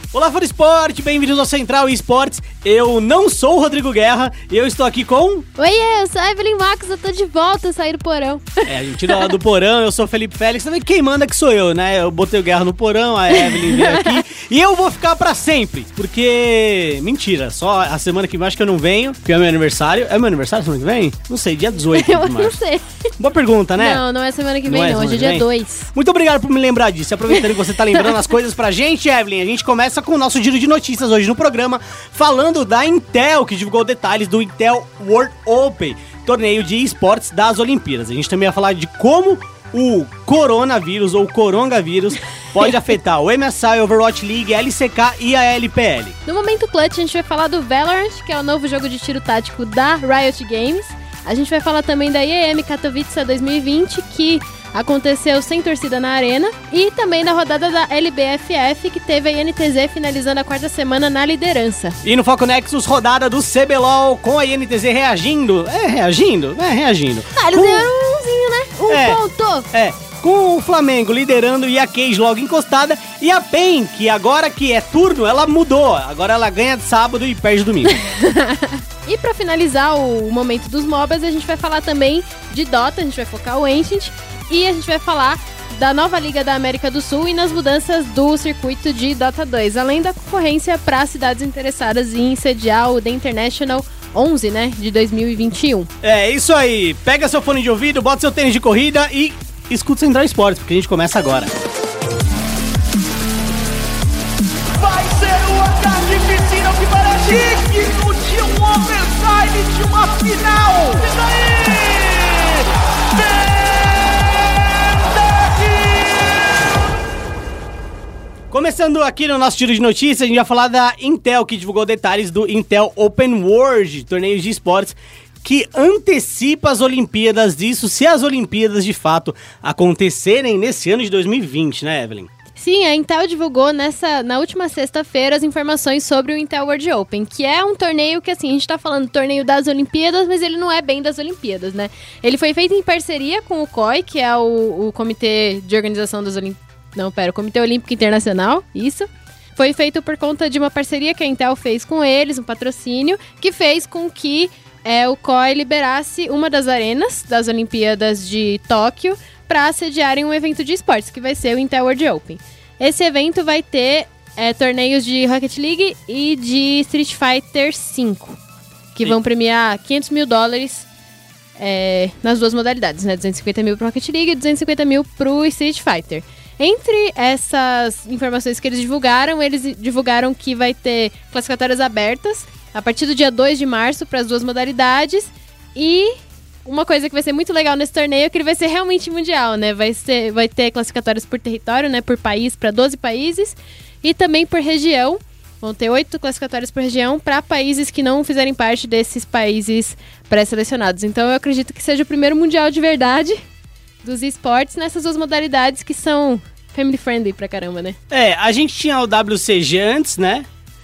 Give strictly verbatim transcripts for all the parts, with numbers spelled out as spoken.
Olá, fã do esporte, bem-vindos ao Central Esportes. Eu não sou o Rodrigo Guerra e eu estou aqui com... Oi, eu sou a Evelyn Marcos, eu tô de volta, eu saí do porão. É, a gente tira lá do porão, eu sou o Felipe Félix, também quem manda que sou eu, né? Eu botei o Guerra no porão, a Evelyn veio aqui e eu vou ficar pra sempre, porque... Mentira, só a semana que vem acho que eu não venho, porque é meu aniversário. É meu aniversário semana que vem? Não sei, dia dezoito de Eu março. não sei. Boa pergunta, né? Não, não é semana que vem Não é não, semana hoje é que dia vem? dois. Muito obrigado por me lembrar disso. Aproveitando que você tá lembrando as coisas pra gente, Evelyn, a gente começa com o nosso giro de notícias hoje no programa, falando da Intel, que divulgou detalhes do Intel World Open, torneio de esportes das Olimpíadas. A gente também vai falar de como o coronavírus ou coronavírus pode afetar o M S I, Overwatch League, a L C K e a L P L. No Momento Clutch a gente vai falar do Valorant, que é o novo jogo de tiro tático da Riot Games. A gente vai falar também da I E M Katowice dois mil e vinte, que aconteceu sem torcida na arena, e também da rodada da L B F F, que teve a I N T Z finalizando a quarta semana na liderança. E no Foco Nexus, rodada do C B L O L, com a I N T Z reagindo. É, reagindo? É, reagindo. Ah, eles Com- ganharam umzinho, né? Um É. ponto! É, com o Flamengo liderando e a Cage logo encostada, e a P E N, que agora que é turno, ela mudou. Agora ela ganha de sábado e perde domingo. E pra finalizar o momento dos MOBAs, a gente vai falar também de Dota, a gente vai focar o Ancient, e a gente vai falar da nova Liga da América do Sul e nas mudanças do circuito de Dota dois, além da concorrência para cidades interessadas em sediar o The International onze, né, de dois mil e vinte e um. É, isso aí. Pega seu fone de ouvido, bota seu tênis de corrida e escuta o Central Esportes, porque a gente começa agora. Vai ser uma carnificina que parece digno de um overtime de uma final. Isso aí! Começando aqui no nosso tiro de notícias, a gente vai falar da Intel, que divulgou detalhes do Intel Open World, torneio de esportes, que antecipa as Olimpíadas disso, se as Olimpíadas de fato acontecerem nesse ano de dois mil e vinte, né, Evelyn? Sim, a Intel divulgou nessa, na última sexta-feira as informações sobre o Intel World Open, que é um torneio que, assim, a gente tá falando do torneio das Olimpíadas, mas ele não é bem das Olimpíadas, né? Ele foi feito em parceria com o C O I, que é o, o Comitê de Organização das Olimpíadas. Não, pera, o Comitê Olímpico Internacional, isso. Foi feito por conta de uma parceria que a Intel fez com eles, um patrocínio, que fez com que é, o C O I liberasse uma das arenas das Olimpíadas de Tóquio para sediarem um evento de esportes, que vai ser o Intel World Open. Esse evento vai ter é, torneios de Rocket League e de Street Fighter cinco, que Sim. vão premiar quinhentos mil dólares é, nas duas modalidades, né? duzentos e cinquenta mil pro Rocket League e duzentos e cinquenta mil pro Street Fighter. Entre essas informações que eles divulgaram, eles divulgaram que vai ter classificatórias abertas a partir do dia dois de março para as duas modalidades. E uma coisa que vai ser muito legal nesse torneio é que ele vai ser realmente mundial, né? Vai, ser, vai ter classificatórias por território, né? Por país, para doze países. E também por região. Vão ter oito classificatórias por região para países que não fizerem parte desses países pré-selecionados. Então eu acredito que seja o primeiro mundial de verdade dos esportes nessas duas modalidades que são family friendly pra caramba, né? É, a gente tinha o W C G antes, né?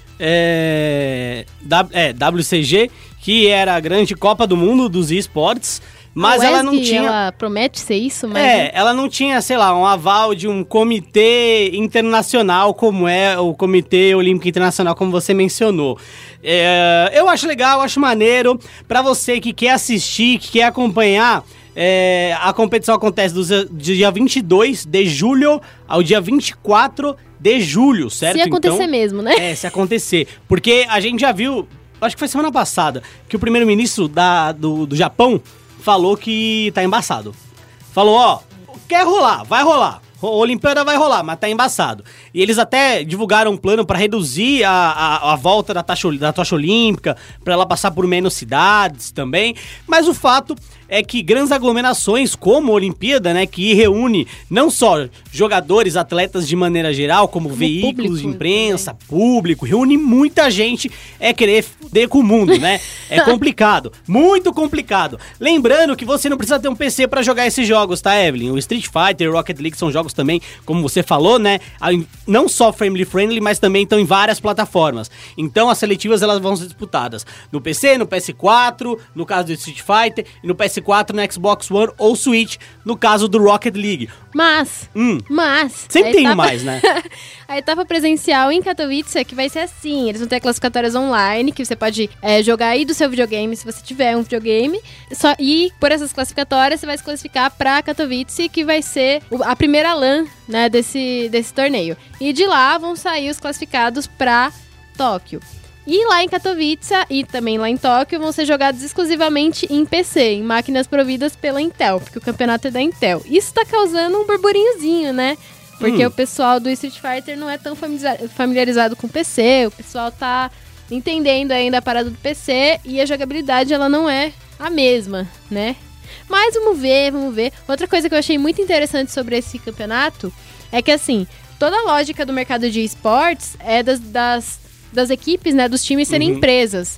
É, w, é, W C G, que era a grande Copa do Mundo dos esportes, mas a ela não W E S G, tinha... Ela promete ser isso, mas... É, ela não tinha, sei lá, um aval de um comitê internacional como é o Comitê Olímpico Internacional, como você mencionou. É, eu acho legal, eu acho maneiro. Pra você que quer assistir, que quer acompanhar, é, a competição acontece do dia vinte e dois de julho ao dia vinte e quatro de julho, certo? Se acontecer então, mesmo, né? É, se acontecer. Porque a gente já viu, acho que foi semana passada, que o primeiro-ministro da, do, do Japão falou que tá embaçado. Falou, ó, quer rolar, vai rolar. A Olimpíada vai rolar, mas tá embaçado. E eles até divulgaram um plano para reduzir a, a, a volta da taxa, da tocha olímpica, para ela passar por menos cidades também. Mas o fato é que grandes aglomerações como a Olimpíada, né, que reúne não só jogadores, atletas de maneira geral, como, como veículos público, de imprensa, também. Público, reúne muita gente, é querer foder com o mundo, né? É complicado, muito complicado. Lembrando que você não precisa ter um P C para jogar esses jogos, tá, Evelyn? O Street Fighter e o Rocket League são jogos também, como você falou, né? Não só family friendly, mas também estão em várias plataformas. Então as seletivas elas vão ser disputadas no P C, no P S quatro, no caso do Street Fighter, e no P S quatro, no Xbox One ou Switch, no caso do Rocket League. Mas, Hum. mas... Sempre a tem etapa- mais, né? A etapa presencial em Katowice que vai ser assim, eles vão ter classificatórias online, que você pode é, jogar aí do seu videogame, se você tiver um videogame, só, e por essas classificatórias você vai se classificar pra Katowice, que vai ser o- a primeira LAN, né, desse, desse torneio. E de lá vão sair os classificados pra Tóquio. E lá em Katowice e também lá em Tóquio vão ser jogados exclusivamente em P C, em máquinas providas pela Intel, porque o campeonato é da Intel. Isso tá causando um burburinhozinho, né? Porque Hum. o pessoal do Street Fighter não é tão familiar- familiarizado com o P C, o pessoal tá entendendo ainda a parada do P C e a jogabilidade ela não é a mesma, né? Mas vamos ver, vamos ver. Outra coisa que eu achei muito interessante sobre esse campeonato é que, assim, toda a lógica do mercado de esportes é das, das, das equipes, né, dos times serem Uhum. empresas.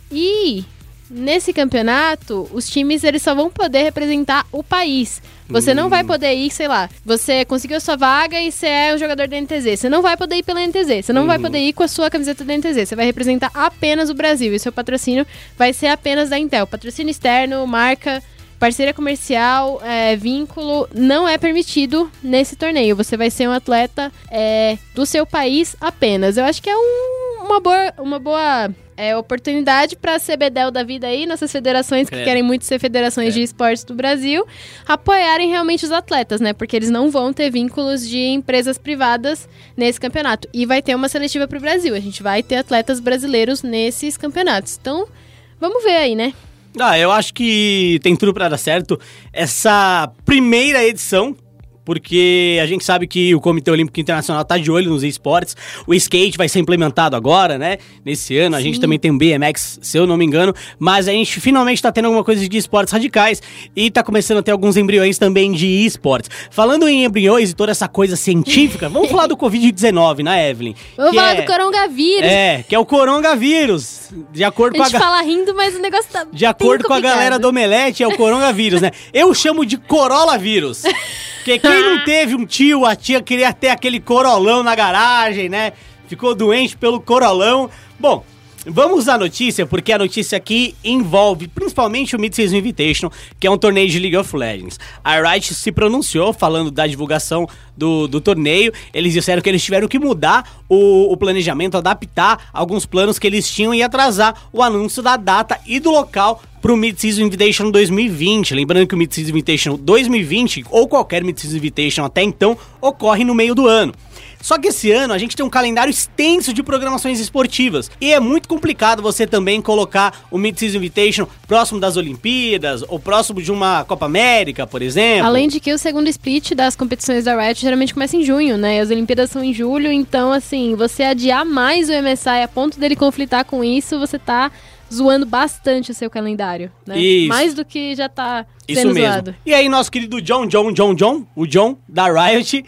E nesse campeonato, os times eles só vão poder representar o país. Você não vai poder ir, sei lá, você conseguiu a sua vaga e você é um jogador da N T Z. Você não vai poder ir pela N T Z. Você não vai poder ir com a sua camiseta da N T Z. Você vai representar apenas o Brasil. E seu patrocínio vai ser apenas da Intel. Patrocínio externo, marca, parceria comercial, é, vínculo, não é permitido nesse torneio. Você vai ser um atleta é, do seu país apenas. Eu acho que é um, uma boa, uma boa é, oportunidade para a C B D E L da vida aí, nossas federações que Credo. querem muito ser federações É. de esportes do Brasil, apoiarem realmente os atletas, né? Porque eles não vão ter vínculos de empresas privadas nesse campeonato. E vai ter uma seletiva para o Brasil. A gente vai ter atletas brasileiros nesses campeonatos. Então, vamos ver aí, né? Ah, eu acho que tem tudo pra dar certo. Essa primeira edição, porque a gente sabe que o Comitê Olímpico Internacional tá de olho nos esportes. O skate vai ser implementado agora, né? Nesse ano. A gente também tem o B M X, se eu não me engano. Mas a gente finalmente tá tendo alguma coisa de esportes radicais. E tá começando a ter alguns embriões também de esportes. Falando em embriões e toda essa coisa científica, vamos falar do covid dezenove, né, Evelyn? Vamos Que falar é- do coronavírus. É, que é o coronavírus. De acordo A com a... gente ga- fala rindo, mas o negócio tá De acordo bem com a complicado. galera do Omelete, é o coronavírus, né? Eu chamo de corolavírus. Porque quem não teve um tio, a tia queria ter aquele corolão na garagem, né? Ficou doente pelo corolão. Bom, vamos à notícia, porque a notícia aqui envolve principalmente o Mid-Season Invitational, que é um torneio de League of Legends. A Riot se pronunciou falando da divulgação do, do torneio. Eles disseram que eles tiveram que mudar o, o planejamento, adaptar alguns planos que eles tinham e atrasar o anúncio da data e do local pro Mid-Season Invitational dois mil e vinte. Lembrando que o Mid-Season Invitational dois mil e vinte, ou qualquer Mid-Season Invitational até então, ocorre no meio do ano. Só que esse ano a gente tem um calendário extenso de programações esportivas. E é muito complicado você também colocar o Mid-Season Invitational próximo das Olimpíadas, ou próximo de uma Copa América, por exemplo. Além de que o segundo split das competições da Riot geralmente começa em junho, né? E as Olimpíadas são em julho, então, assim, você adiar mais o M S I a ponto dele conflitar com isso, você tá zoando bastante o seu calendário, né? Isso. Mais do que já tá Isso sendo mesmo. zoado. E aí, nosso querido John, John, John, John, o John da Riot,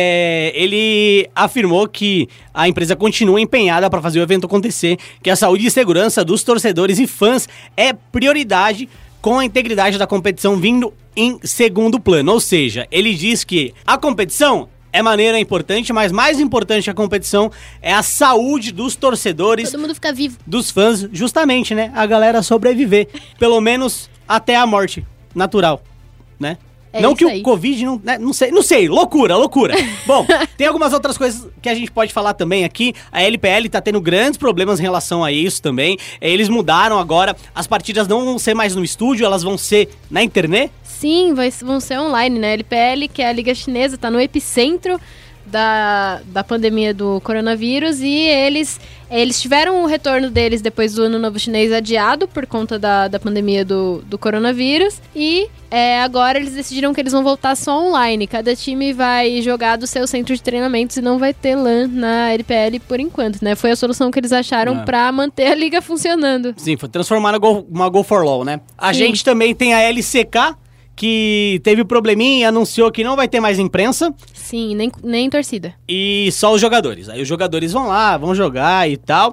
é, ele afirmou que a empresa continua empenhada para fazer o evento acontecer, que a saúde e segurança dos torcedores e fãs é prioridade, com a integridade da competição vindo em segundo plano. Ou seja, ele diz que a competição é maneira, é importante, mas mais importante que a competição é a saúde dos torcedores, Todo mundo fica vivo. dos fãs, justamente, né? A galera sobreviver, pelo menos até a morte natural, né? É não isso que aí. o Covid não, né? não sei, não sei, loucura, loucura. Bom, tem algumas outras coisas que a gente pode falar também aqui. A L P L tá tendo grandes problemas em relação a isso também. Eles mudaram agora, as partidas não vão ser mais no estúdio, elas vão ser na internet. Sim, vai, vão ser online, né? L P L, que é a Liga Chinesa, tá no epicentro da, da pandemia do coronavírus e eles, eles tiveram o retorno deles depois do Ano Novo Chinês adiado por conta da, da pandemia do, do coronavírus e é, agora eles decidiram que eles vão voltar só online. Cada time vai jogar do seu centro de treinamentos e não vai ter LAN na L P L por enquanto, né? Foi a solução que eles acharam É. pra manter a liga funcionando. Sim, foi transformar em Go- uma Go for Law, né? A Sim. gente também tem a L C K, que teve probleminha e anunciou que não vai ter mais imprensa. Sim, nem, nem torcida. E só os jogadores. Aí os jogadores vão lá, vão jogar e tal.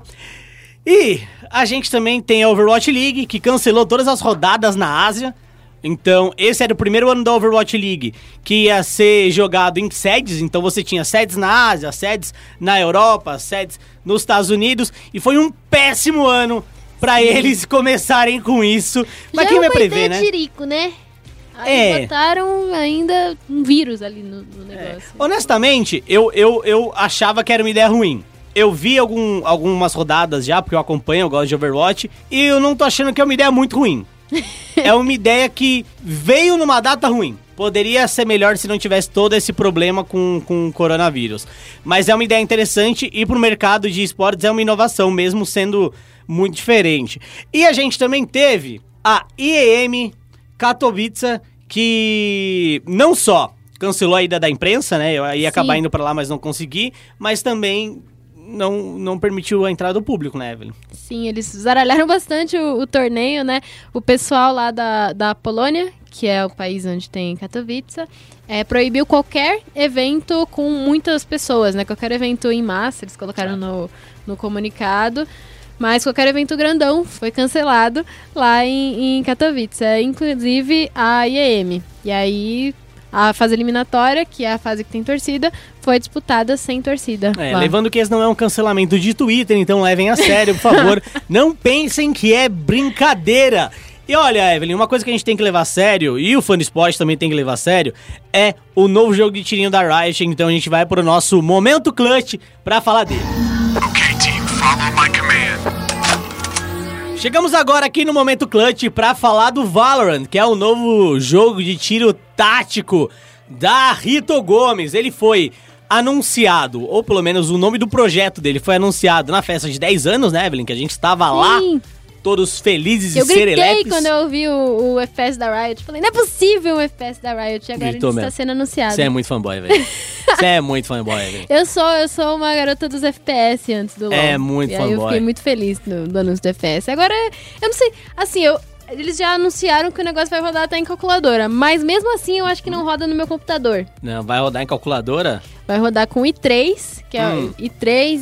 E a gente também tem a Overwatch League, que cancelou todas as rodadas na Ásia. Então, esse era o primeiro ano da Overwatch League, que ia ser jogado em sedes. Então, você tinha sedes na Ásia, sedes na Europa, sedes nos Estados Unidos. E foi um péssimo ano pra eles começarem com isso. Mas Já quem é vai uma prever, ideia né? tirico, né? Aí É. botaram ainda um vírus ali no, no negócio. Honestamente, eu, eu, eu achava que era uma ideia ruim. Eu vi algum, algumas rodadas já, porque eu acompanho, eu gosto de Overwatch, e eu não tô achando que é uma ideia muito ruim. É uma ideia que veio numa data ruim. Poderia ser melhor se não tivesse todo esse problema com, com o coronavírus. Mas é uma ideia interessante e pro mercado de esportes é uma inovação, mesmo sendo muito diferente. E a gente também teve a I E M Katowice, que não só cancelou a ida da imprensa, né? Eu ia Sim. acabar indo pra lá, mas não consegui. Mas também não, não permitiu a entrada do público, né, Evelyn? Sim, eles zaralharam bastante o, o torneio, né? O pessoal lá da, da Polônia, que é o país onde tem Katowice, é, proibiu qualquer evento com muitas pessoas, né? Qualquer evento em massa, eles colocaram no, no comunicado. Mas qualquer evento grandão foi cancelado lá em, em Katowice, inclusive a I E M. E aí a fase eliminatória, que é a fase que tem torcida, foi disputada sem torcida. É, lá. lembrando que esse não é um cancelamento de Twitter, então levem a sério, por favor. Não pensem que é brincadeira. E olha, Evelyn, uma coisa que a gente tem que levar a sério, e o fã de esporte também tem que levar a sério, é o novo jogo de tirinho da Riot. Então a gente vai pro nosso Momento Clutch pra falar dele. Okay, team, follow my command. Chegamos agora aqui no Momento Clutch pra falar do Valorant, que é o novo jogo de tiro tático da Rito Gomes. Ele foi anunciado, ou pelo menos o nome do projeto dele foi anunciado na festa de dez anos, né, Evelyn? Que a gente estava lá, Sim. todos felizes Eu e gritei serelepes. quando eu ouvi o, o F P S da Riot. Falei, não é possível um F P S da Riot. E agora Gritou ele está mesmo. sendo anunciado. Você é muito fanboy, velho. Você é muito fanboy, velho. Eu sou, eu sou uma garota dos F P S antes do LoL. É, muito E aí eu fanboy. fiquei muito feliz do, do anúncio do F P S. Agora, eu não sei, assim, eu, eles já anunciaram que o negócio vai rodar até em calculadora. Mas mesmo assim, eu acho que não roda no meu computador. Não, vai rodar em calculadora? Vai rodar com i três, que é Hum. i três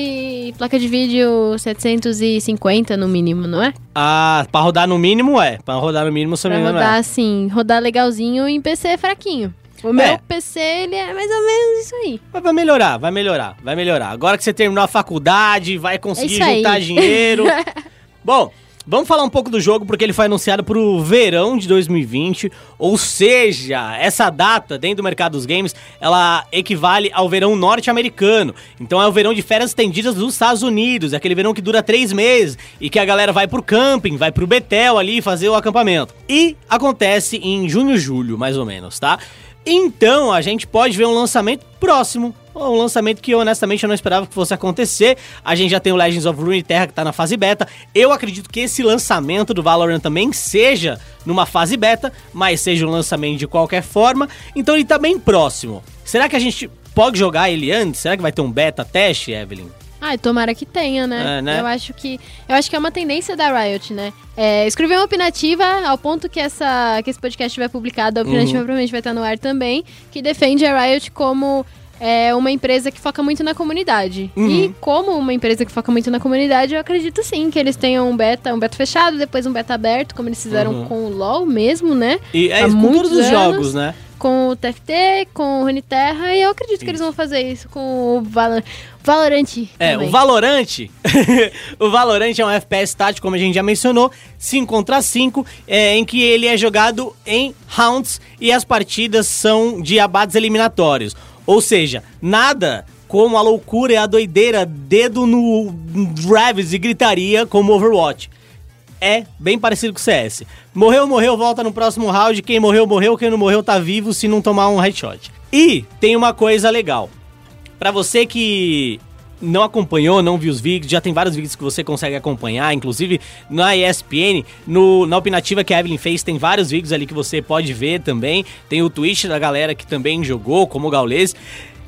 e placa de vídeo setecentos e cinquenta no mínimo, não é? Ah, pra rodar no mínimo é. Pra rodar no mínimo, se eu Pra não me engano, rodar é. assim, rodar legalzinho em P C fraquinho. O meu É. P C, ele é mais ou menos isso aí. Mas vai melhorar, vai melhorar, vai melhorar. Agora que você terminou a faculdade, vai conseguir É isso aí. juntar dinheiro. Bom, vamos falar um pouco do jogo, porque ele foi anunciado pro verão de dois mil e vinte. Ou seja, essa data dentro do mercado dos games, ela equivale ao verão norte-americano. Então é o verão de férias estendidas dos Estados Unidos. É aquele verão que dura três meses e que a galera vai pro camping, vai pro Betel ali fazer o acampamento. E acontece em junho, julho, mais ou menos, tá? Então, a gente pode ver um lançamento próximo, um lançamento que honestamente eu não esperava que fosse acontecer. A gente já tem o Legends of Runeterra que tá na fase beta. Eu acredito que esse lançamento do Valorant também seja numa fase beta, mas seja um lançamento de qualquer forma. Então ele tá bem próximo. Será que a gente pode jogar ele antes? Será que vai ter um beta teste, Evelyn? Ai, tomara que tenha, né? É, né? Eu acho que eu acho que é uma tendência da Riot, né? É, escrever uma opinativa ao ponto que, essa, que esse podcast estiver publicado, a opinativa Uhum. provavelmente vai estar no ar também, que defende a Riot como é, uma empresa que foca muito na comunidade. Uhum. E como uma empresa que foca muito na comunidade, eu acredito sim que eles tenham um beta, um beta fechado, depois um beta aberto, como eles fizeram Uhum. com o LoL mesmo, né? E é Há isso com muitos todos os anos. jogos, né? Com o T F T, com o Runeterra, e eu acredito que eles vão fazer isso com o Valor... Valorant É, também. o Valorant, o Valorant é um F P S tático, como a gente já mencionou, cinco contra cinco, é, em que ele é jogado em rounds e as partidas são de abates eliminatórios. Ou seja, nada como a loucura e a doideira, dedo no Travis e gritaria como Overwatch. É bem parecido com o C S. Morreu, morreu, volta no próximo round. Quem morreu, morreu. Quem não morreu tá vivo se não tomar um headshot. E tem uma coisa legal. Pra você que não acompanhou, não viu os vídeos, já tem vários vídeos que você consegue acompanhar, inclusive na E S P N, no, na opinativa que a Evelyn fez, tem vários vídeos ali que você pode ver também. Tem o Twitch da galera que também jogou, como o Gaules.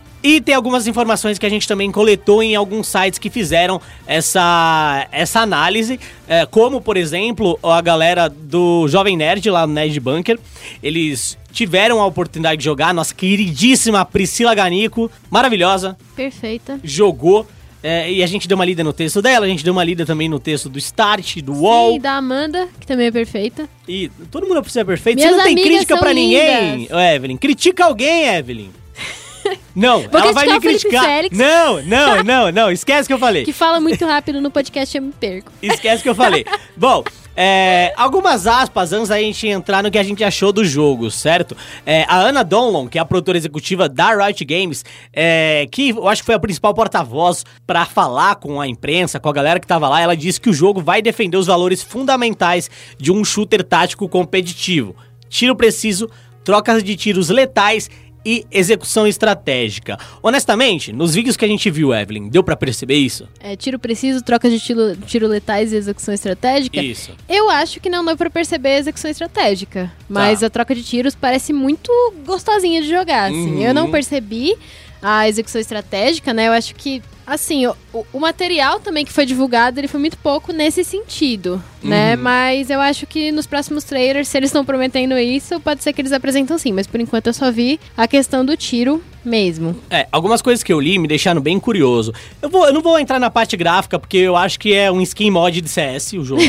E tem algumas informações que a gente também coletou em alguns sites que fizeram essa, essa análise, é, como, por exemplo, a galera do Jovem Nerd, lá no Nerd Bunker. Eles tiveram a oportunidade de jogar, nossa queridíssima Priscila Ganico, maravilhosa, Perfeita. jogou. É, e a gente deu uma lida no texto dela, a gente deu uma lida também no texto do Start, do U O L. Sim, da Amanda, que também é perfeita. E todo mundo precisa ser perfeito. Minhas Você não tem amigas crítica são pra ninguém, lindas. Ô, Evelyn. Critica alguém, Evelyn. Não, Vou ela vai me criticar o Felipe criticar. Félix. Não, não, não, não, esquece que eu falei. Que fala muito rápido no podcast e eu me perco. Esquece que eu falei. Bom, é, algumas aspas antes da gente entrar no que a gente achou do jogo, certo? É, a Anna Donlon, que é a produtora executiva da Riot Games, é, que eu acho que foi a principal porta-voz pra falar com a imprensa, com a galera que tava lá, ela disse que o jogo vai defender os valores fundamentais de um shooter tático competitivo. Tiro preciso, trocas de tiros letais e execução estratégica. Honestamente, nos vídeos que a gente viu, Evelyn, deu pra perceber isso? É, tiro preciso, troca de tiro, tiro letais e execução estratégica. Isso. Eu acho que não deu pra perceber a execução estratégica. Mas Tá. a troca de tiros parece muito gostosinha de jogar, assim. Uhum. Eu não percebi a execução estratégica, né? Eu acho que, assim, o, o material também que foi divulgado, ele foi muito pouco nesse sentido, né? Uhum. Mas eu acho que nos próximos trailers, se eles estão prometendo isso, pode ser que eles apresentam sim. Mas por enquanto eu só vi a questão do tiro mesmo. É, algumas coisas que eu li me deixaram bem curioso. Eu, vou, eu não vou entrar na parte gráfica, porque eu acho que é um skin mod de C S, o jogo.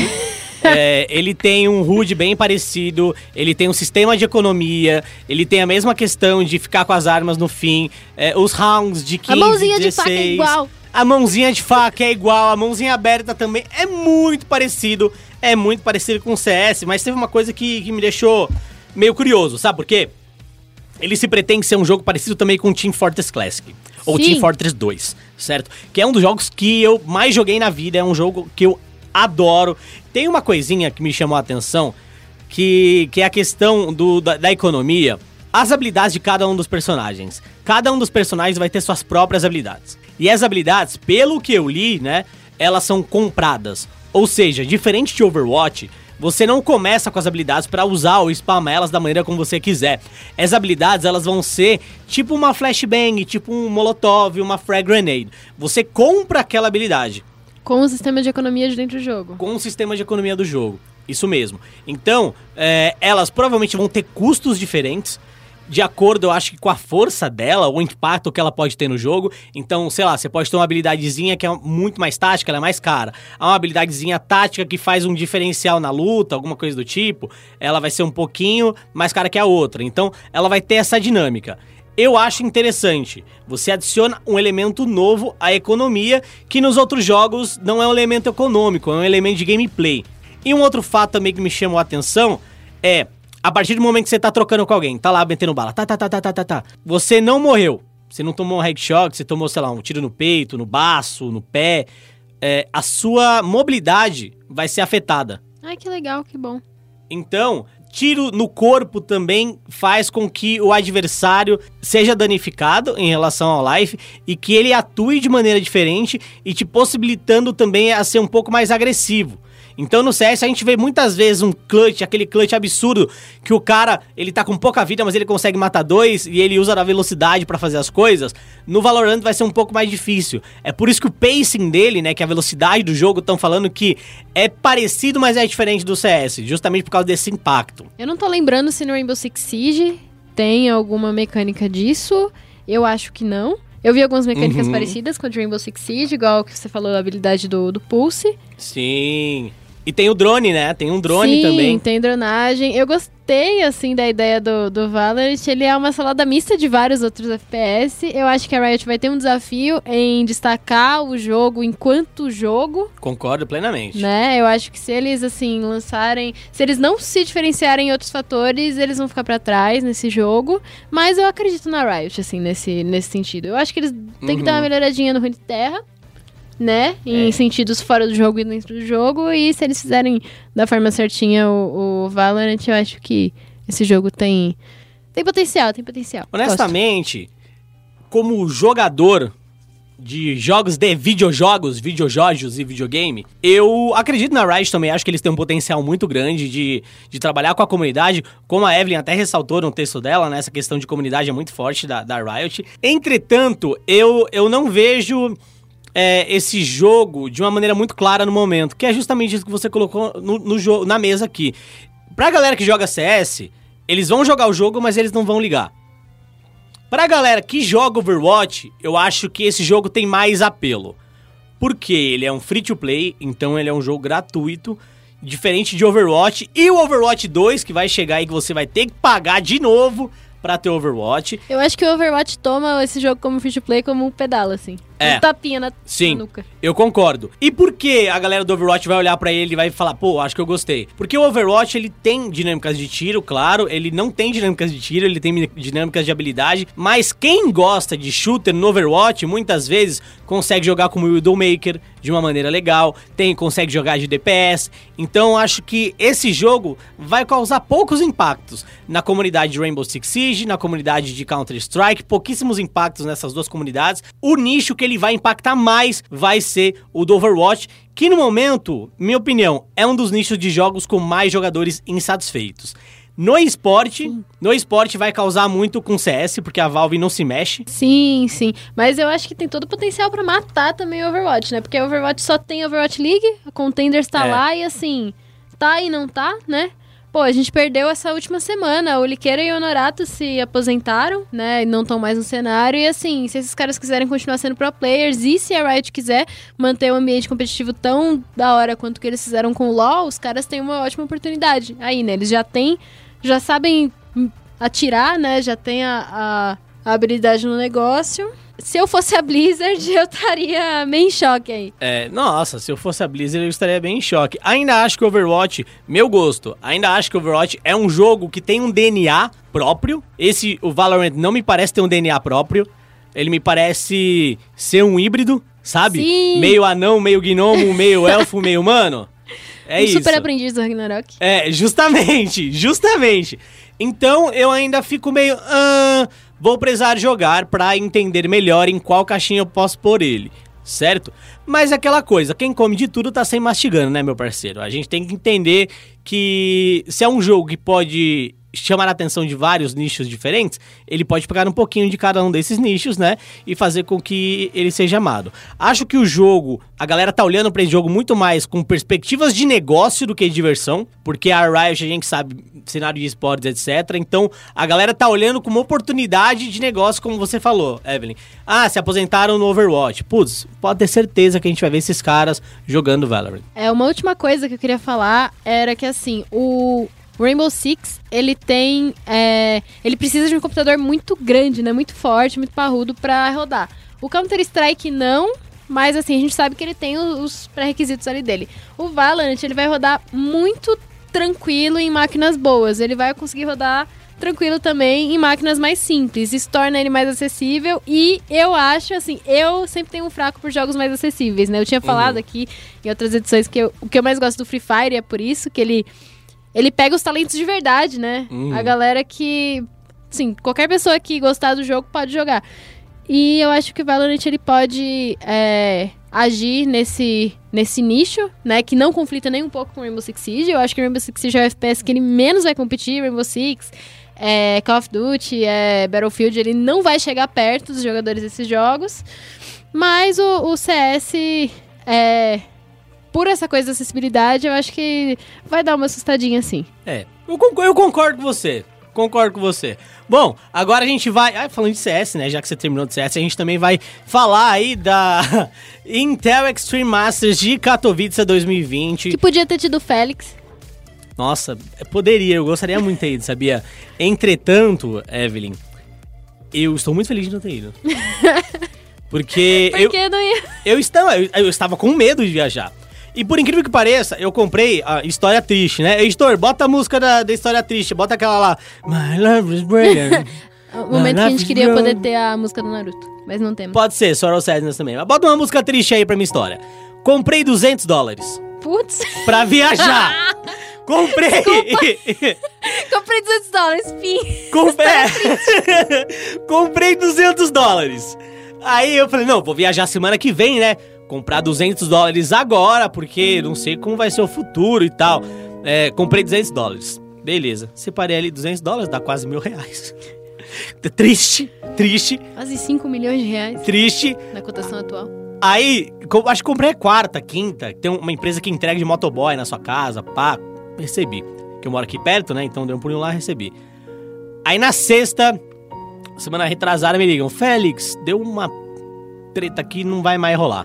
É, ele tem um H U D bem parecido, ele tem um sistema de economia, ele tem a mesma questão de ficar com as armas no fim, é, os rounds de quinze, A mãozinha de dezesseis, faca é igual. A mãozinha de faca é igual, a mãozinha aberta também é muito parecido, é muito parecido com o C S, mas teve uma coisa que, que me deixou meio curioso, sabe por quê? Ele se pretende ser um jogo parecido também com o Team Fortress Classic, ou Sim. Team Fortress dois, certo? Que é um dos jogos que eu mais joguei na vida, é um jogo que eu adoro. Tem uma coisinha que me chamou a atenção, que, que é a questão do, da, da economia, as habilidades de cada um dos personagens. Cada um dos personagens vai ter suas próprias habilidades. E as habilidades, pelo que eu li, né, elas são compradas. Ou seja, diferente de Overwatch, você não começa com as habilidades pra usar ou spamar elas da maneira como você quiser. As habilidades, elas vão ser tipo uma flashbang, tipo um molotov, uma frag grenade. Você compra aquela habilidade Com o sistema de economia de dentro do jogo. com o sistema de economia do jogo. Isso mesmo. Então, é, elas provavelmente vão ter custos diferentes, de acordo, eu acho que com a força dela, o impacto que ela pode ter no jogo. Então, sei lá, você pode ter uma habilidadezinha que é muito mais tática, ela é mais cara. Há uma habilidadezinha tática que faz um diferencial na luta, alguma coisa do tipo, ela vai ser um pouquinho mais cara que a outra. Então, ela vai ter essa dinâmica. Eu acho interessante. Você adiciona um elemento novo à economia, que nos outros jogos não é um elemento econômico, é um elemento de gameplay. E um outro fato também que me chamou a atenção é, a partir do momento que você tá trocando com alguém, tá lá metendo bala, tá, tá, tá, tá, tá, tá, tá. Você não morreu, você não tomou um headshot, você tomou, sei lá, um tiro no peito, no baço, no pé, é, a sua mobilidade vai ser afetada. Ai, que legal, que bom. Então, tiro no corpo também faz com que o adversário seja danificado em relação ao life e que ele atue de maneira diferente e te possibilitando também a ser um pouco mais agressivo. Então no C S a gente vê muitas vezes um clutch, aquele clutch absurdo que o cara, ele tá com pouca vida, mas ele consegue matar dois e ele usa da velocidade pra fazer as coisas. No Valorant vai ser um pouco mais difícil. É por isso que o pacing dele, né, que é a velocidade do jogo, estão falando que é parecido, mas é diferente do C S, justamente por causa desse impacto. Eu não tô lembrando se no Rainbow Six Siege tem alguma mecânica disso. Eu acho que não. Eu vi algumas mecânicas Uhum. parecidas com o Rainbow Six Siege, igual que você falou, a habilidade do, do Pulse. Sim. E tem o drone, né? Tem um drone Sim, também. tem dronagem. Eu gostei, assim, da ideia do, do Valorant. Ele é uma salada mista de vários outros F P S. Eu acho que a Riot vai ter um desafio em destacar o jogo enquanto jogo, Concordo plenamente. né? Eu acho que se eles, assim, lançarem... Se eles não se diferenciarem em outros fatores, eles vão ficar pra trás nesse jogo. Mas eu acredito na Riot, assim, nesse, nesse sentido. Eu acho que eles têm que dar uma Uhum. melhoradinha no Ruim de Terra, né? Em É. sentidos fora do jogo e dentro do jogo. E se eles fizerem da forma certinha o, o Valorant, eu acho que esse jogo tem, tem potencial, tem potencial. Honestamente, como jogador de jogos de videojogos, videojogos e videogame, eu acredito na Riot também, acho que eles têm um potencial muito grande de, de trabalhar com a comunidade, como a Evelyn até ressaltou no texto dela, né, essa questão de comunidade é muito forte da, da Riot. Entretanto, eu, eu não vejo é, esse jogo de uma maneira muito clara no momento, que é justamente isso que você colocou no, no jogo, na mesa aqui. Pra galera que joga C S, eles vão jogar o jogo, mas eles não vão ligar. Pra galera que joga Overwatch, eu acho que esse jogo tem mais apelo. Porque ele é um free-to-play, então ele é um jogo gratuito, diferente de Overwatch. E o Overwatch dois, que vai chegar aí, que você vai ter que pagar de novo pra ter Overwatch. Eu acho que o Overwatch toma esse jogo como free to play como um pedala, assim. É. Um tapinha na, Sim, na nuca. Eu concordo. E por que a galera do Overwatch vai olhar pra ele e vai falar, pô, acho que eu gostei? Porque o Overwatch, ele tem dinâmicas de tiro, claro, ele não tem dinâmicas de tiro, ele tem dinâmicas de habilidade, mas quem gosta de shooter no Overwatch, muitas vezes, consegue jogar como o Widowmaker de uma maneira legal, tem, consegue jogar de D P S, então acho que esse jogo vai causar poucos impactos na comunidade de Rainbow Six Siege, na comunidade de Counter-Strike, pouquíssimos impactos nessas duas comunidades. O nicho que ele vai impactar mais vai ser o do Overwatch, que no momento, minha opinião, é um dos nichos de jogos com mais jogadores insatisfeitos. No esporte, no esporte vai causar muito com C S, porque a Valve não se mexe. Sim, sim. Mas eu acho que tem todo o potencial pra matar também o Overwatch, né? Porque o Overwatch só tem Overwatch League, a Contenders tá É. lá e assim, tá e não tá, né? Pô, a gente perdeu essa última semana. O Liqueira e o Honorato se aposentaram, né? E não estão mais no cenário. E assim, se esses caras quiserem continuar sendo pro players e se a Riot quiser manter um ambiente competitivo tão da hora quanto que eles fizeram com o LoL, os caras têm uma ótima oportunidade aí, né? Eles já têm, já sabem atirar, né? Já tem a, a, a habilidade no negócio. Se eu fosse a Blizzard, eu estaria meio em choque aí. É, nossa, se eu fosse a Blizzard, eu estaria bem em choque. Ainda acho que o Overwatch, meu gosto, ainda acho que o Overwatch é um jogo que tem um D N A próprio. Esse, o Valorant, não me parece ter um D N A próprio. Ele me parece ser um híbrido, sabe? Sim. Meio anão, meio gnomo, meio elfo, meio humano. É um isso. super aprendiz do Ragnarok. É, justamente, justamente. Então, eu ainda fico meio... Ah, vou precisar jogar pra entender melhor em qual caixinha eu posso pôr ele, certo? Mas é aquela coisa, quem come de tudo tá sem mastigando, né, meu parceiro? A gente tem que entender que se é um jogo que pode chamar a atenção de vários nichos diferentes, ele pode pegar um pouquinho de cada um desses nichos, né? E fazer com que ele seja amado. Acho que o jogo, a galera tá olhando pra esse jogo muito mais com perspectivas de negócio do que de diversão, porque a Riot, a gente sabe, cenário de esportes, etcétera. Então, a galera tá olhando como oportunidade de negócio, como você falou, Evelyn. Ah, se aposentaram no Overwatch. Putz, pode ter certeza que a gente vai ver esses caras jogando Valorant. É, uma última coisa que eu queria falar era que, assim, o Rainbow Six, ele tem... É, ele precisa de um computador muito grande, né? Muito forte, muito parrudo pra rodar. O Counter-Strike não, mas, assim, a gente sabe que ele tem os, os pré-requisitos ali dele. O Valorant, ele vai rodar muito tranquilo em máquinas boas. Ele vai conseguir rodar tranquilo também em máquinas mais simples. Isso torna ele mais acessível e eu acho, assim, eu sempre tenho um fraco por jogos mais acessíveis, né? Eu tinha falado Uhum. aqui em outras edições que eu, o que eu mais gosto do Free Fire é por isso que ele... Ele pega os talentos de verdade, né? Uhum. A galera que... Sim, qualquer pessoa que gostar do jogo pode jogar. E eu acho que o Valorant, ele pode é, agir nesse, nesse nicho, né? Que não conflita nem um pouco com o Rainbow Six Siege. Eu acho que o Rainbow Six Siege é o F P S que ele menos vai competir. Rainbow Six, é, Call of Duty, é, Battlefield, ele não vai chegar perto dos jogadores desses jogos. Mas o, o C S... É, por essa coisa da acessibilidade, eu acho que vai dar uma assustadinha, assim. É, eu concordo, eu concordo com você. Concordo com você. Bom, agora a gente vai... Ah, falando de C S, né? Já que você terminou de C S, a gente também vai falar aí da Intel Extreme Masters de Katowice dois mil e vinte. Que podia ter tido o Félix. Nossa, poderia, eu gostaria muito de ter ido, sabia? Entretanto, Evelyn, eu estou muito feliz de não ter ido. Porque eu, Porque não ia... eu, estava, eu, eu estava com medo de viajar. E por incrível que pareça, eu comprei a História Triste, né? Editor, bota a música da, da História Triste, bota aquela lá. My love is breaking. O momento que a gente queria poder ter a música do Naruto, mas não temos. Pode ser, Sorrow Sadness também. Mas bota uma música triste aí pra minha história. Comprei duzentos dólares Putz, pra viajar. Comprei. comprei duzentos dólares, fim. Comprei. Comprei duzentos dólares. Aí eu falei, não, vou viajar semana que vem, né? Comprar duzentos dólares agora, porque não sei como vai ser o futuro e tal. É, comprei duzentos dólares. Beleza. Separei ali duzentos dólares, dá quase mil reais. Triste, triste, Quase cinco milhões de reais triste. na cotação atual. Aí, co- acho que comprei a quarta, quinta. Tem uma empresa que entrega de motoboy na sua casa, pá. Recebi. Que eu moro aqui perto, né? Então deu um pulinho lá, recebi. Aí na sexta, semana retrasada, me ligam: Félix, deu uma treta aqui, não vai mais rolar.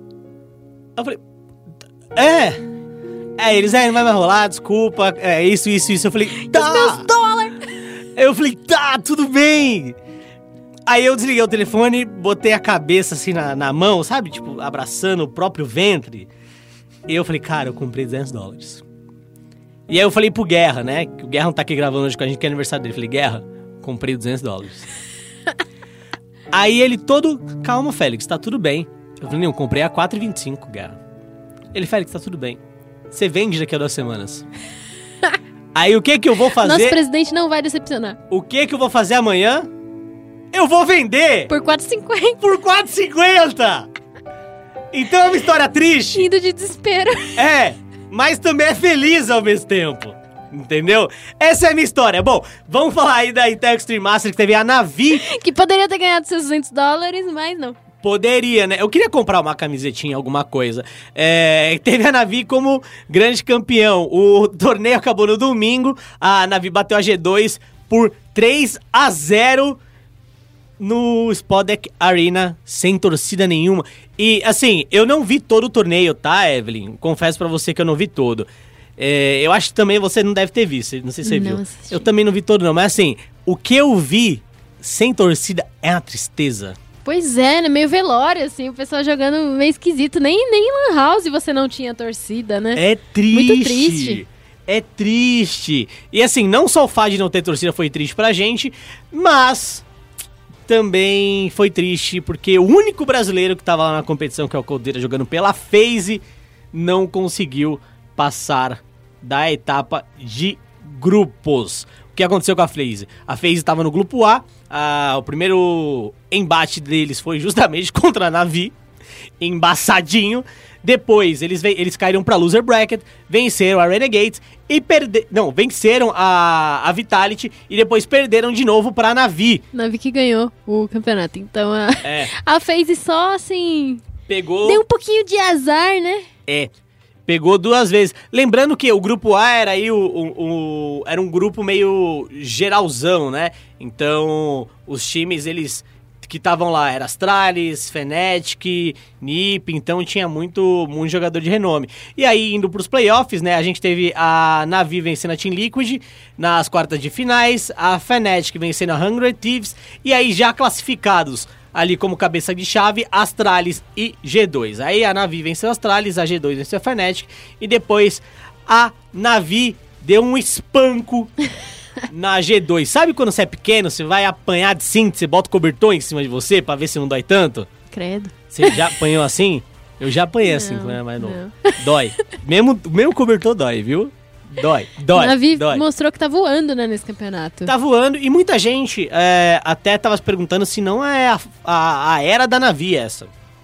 Eu falei: É. É, eles, é, não vai mais rolar, desculpa. É isso, isso, isso. Eu falei: Tá. Meus dólares! Aí eu falei, tá, tudo bem. Aí eu desliguei o telefone, botei a cabeça assim na, na mão, sabe? Tipo, abraçando o próprio ventre. E eu falei, cara, eu comprei duzentos dólares. E aí eu falei pro Guerra, né? Que o Guerra não tá aqui gravando hoje com a gente, que é aniversário dele. Eu falei, Guerra, comprei duzentos dólares. Aí ele todo, calma, Félix, tá tudo bem. Eu falei, não, eu comprei a quatro e vinte e cinco, Guerra. Ele, Félix, tá tudo bem. Você vende daqui a duas semanas. Aí o que que eu vou fazer? Nosso presidente não vai decepcionar. O que que eu vou fazer amanhã? Eu vou vender! Por quatro e cinquenta. Por quatro e cinquenta! Então é uma história triste. Indo de desespero. É, mas também é feliz ao mesmo tempo. Entendeu? Essa é a minha história. Bom, vamos falar aí da Intel Extreme Master, que teve a Navi. Que poderia ter ganhado seus duzentos dólares, mas não. Poderia, né? Eu queria comprar uma camisetinha, alguma coisa. É, teve a Navi como grande campeão. O torneio acabou no domingo. A Navi bateu a G dois por três a zero no Spodek Arena, sem torcida nenhuma. E, assim, eu não vi todo o torneio, tá, Evelyn? Confesso pra você que eu não vi todo. É, eu acho que também você não deve ter visto. Não sei se você Não viu. assisti. Eu também não vi todo, não. Mas, assim, o que eu vi sem torcida é uma tristeza. Pois é, né? Meio velório, assim, o pessoal jogando meio esquisito. Nem, nem em Lan House você não tinha torcida, né? É triste. Muito triste. É triste. E assim, não só o fato de não ter torcida foi triste pra gente, mas também foi triste porque o único brasileiro que tava lá na competição, que é o Caldeira, jogando pela FaZe, não conseguiu passar da etapa de grupos. O que aconteceu com a FaZe? A FaZe estava no grupo A, a, o primeiro embate deles foi justamente contra a Navi, embaçadinho. Depois, eles, eles caíram pra Loser Bracket, venceram a Renegades e perderam... Não, venceram a, a Vitality e depois perderam de novo pra Navi. Navi que ganhou o campeonato. Então a, É. a FaZe só, assim, Pegou... deu um pouquinho de azar, né? É, pegou duas vezes. Lembrando que o grupo A era aí o, o, o- era um grupo meio geralzão, né? Então, os times, eles que estavam lá, era Astralis, Fnatic, N I P, então tinha muito, muito jogador de renome. E aí, indo pros playoffs, né, a gente teve a Navi vencendo a Team Liquid nas quartas de finais, a Fnatic vencendo a Hungry Thieves, e aí já classificados ali como cabeça de chave, Astralis e G dois. Aí a Navi venceu a Astralis, a G dois venceu a Fnatic, e depois a Navi deu um espanco na G dois. Sabe quando você é pequeno, você vai apanhar de cinto, você bota o cobertor em cima de você pra ver se não dói tanto? Credo. Você já apanhou assim? Eu já apanhei assim Não, quando era mais novo. não. Dói. Mesmo, mesmo cobertor dói, viu? Dói, dói, Navi dói. mostrou que tá voando, né, nesse campeonato. Tá voando e muita gente é, até tava se perguntando se não é a, a, a era da Navi essa.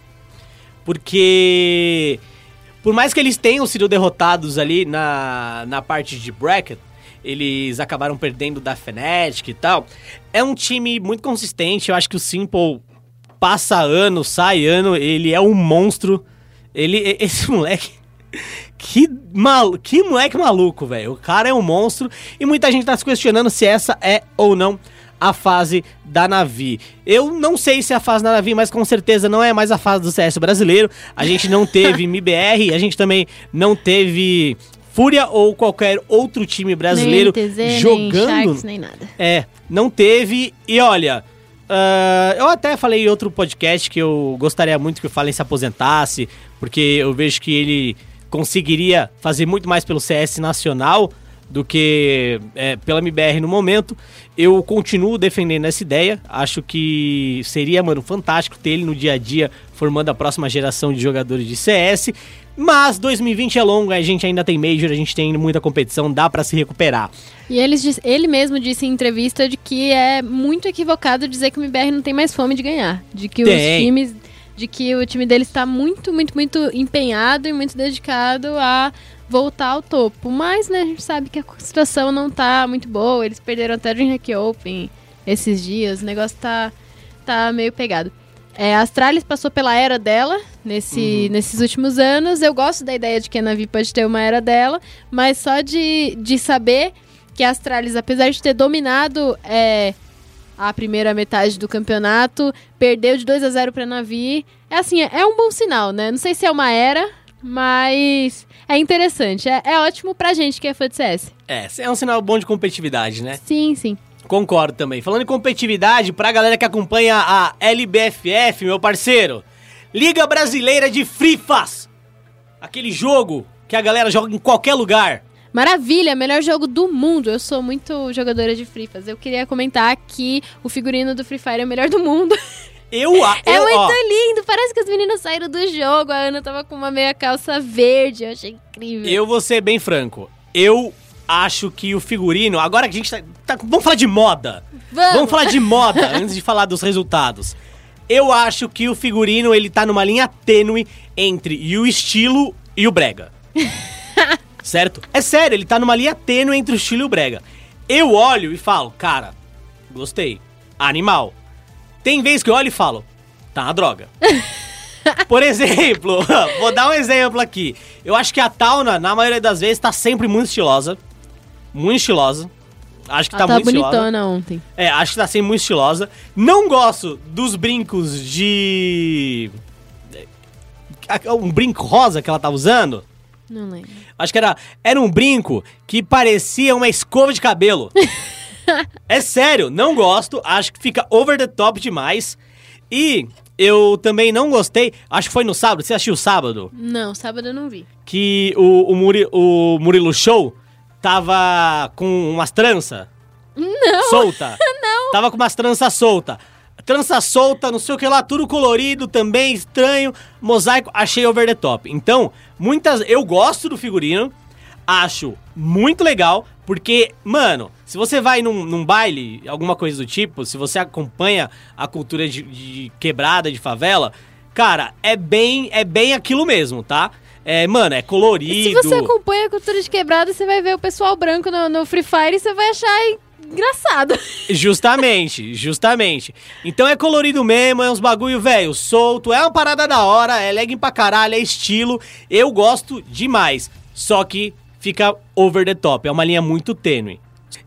Porque por mais que eles tenham sido derrotados ali na, na parte de bracket, eles acabaram perdendo da Fnatic e tal. É um time muito consistente, eu acho que o Simple passa ano, sai ano, ele é um monstro. Ele, esse moleque... Que, mal, que moleque maluco, velho. O cara é um monstro e muita gente tá se questionando se essa é ou não a fase da Navi. Eu não sei se é a fase da Navi, mas com certeza não é mais a fase do C S brasileiro. A gente não teve M B R, a gente também não teve Fúria ou qualquer outro time brasileiro nem N T Z, jogando. Nem Sharks, nem nada. É, não teve. E olha, uh, eu até falei em outro podcast que eu gostaria muito que o Fallen se aposentasse, porque eu vejo que ele conseguiria fazer muito mais pelo C S nacional do que é, pela M B R no momento. Eu continuo defendendo essa ideia. Acho que seria, mano, fantástico ter ele no dia a dia formando a próxima geração de jogadores de C S. Mas dois mil e vinte é longo, a gente ainda tem Major, a gente tem muita competição, dá pra se recuperar. E ele, diz- ele mesmo disse em entrevista de que é muito equivocado dizer que o M B R não tem mais fome de ganhar. De que Tem. os times. De que o time dele está muito, muito, muito empenhado e muito dedicado a voltar ao topo. Mas, né, a gente sabe que a situação não tá muito boa. Eles perderam até o DreamHack Open esses dias. O negócio tá, tá meio pegado. É, a Astralis passou pela era dela nesse, nesses últimos anos. Eu gosto da ideia de que a Navi pode ter uma era dela, mas só de, de saber que a Astralis, apesar de ter dominado é, a primeira metade do campeonato, perdeu de dois a zero pra Navi, é assim, é, é um bom sinal, né? Não sei se é uma era, mas é interessante. É, é ótimo pra gente que é fã de C S. É, é um sinal bom de competitividade, né? Sim, sim. Concordo também. Falando em competitividade, pra galera que acompanha a L B F F, meu parceiro, Liga Brasileira de Frifas. Aquele jogo que a galera joga em qualquer lugar. Maravilha, melhor jogo do mundo. Eu sou muito jogadora de Frifas. Eu queria comentar que o figurino do Free Fire é o melhor do mundo. Eu, a- É eu, muito ó, lindo. Parece que as meninas saíram do jogo. A Ana tava com uma meia calça verde. Eu achei incrível. eu vou ser bem franco. Eu acho que o figurino... Agora que a gente tá, tá- Vamos falar de moda. Vamos. Vamos falar de moda antes de falar dos resultados. Eu acho que o figurino, ele tá numa linha tênue entre o estilo e o brega. Certo? É sério, ele tá numa linha tênue entre o estilo e o brega. Eu olho e falo, cara, gostei. Animal. Tem vezes que eu olho e falo, tá uma droga. Por exemplo, vou dar um exemplo aqui. Eu acho que a Tauna, na maioria das vezes, tá sempre muito estilosa. Muito estilosa. Acho que Ela tá tava muito estilosa. bonitona ontem. É, acho que tá sempre muito estilosa. Não gosto dos brincos de... Um brinco rosa que ela tá usando. Não lembro. Acho que era, era um brinco que parecia uma escova de cabelo. É sério, não gosto. Acho que fica over the top demais. E eu também não gostei. Acho que foi no sábado. Você assistiu sábado? Não, sábado eu não vi. Que o, o, Muri, o Murilo Show tava com umas tranças. Não. Solta. Não. Tava com umas tranças solta. Trança solta, não sei o que lá, tudo colorido também, estranho, mosaico, achei over the top. Então, muitas, eu gosto do figurino, acho muito legal, porque, mano, se você vai num, num baile, alguma coisa do tipo, se você acompanha a cultura de, de quebrada, de favela, cara, é bem, é bem aquilo mesmo, tá? É, mano, é colorido. Se você acompanha a cultura de quebrada, você vai ver o pessoal branco no, no Free Fire e você vai achar engraçado. Justamente, justamente. Então é colorido mesmo, é uns bagulho, velho, solto, é uma parada da hora, é legging pra caralho, é estilo, eu gosto demais. Só que fica over the top, é uma linha muito tênue.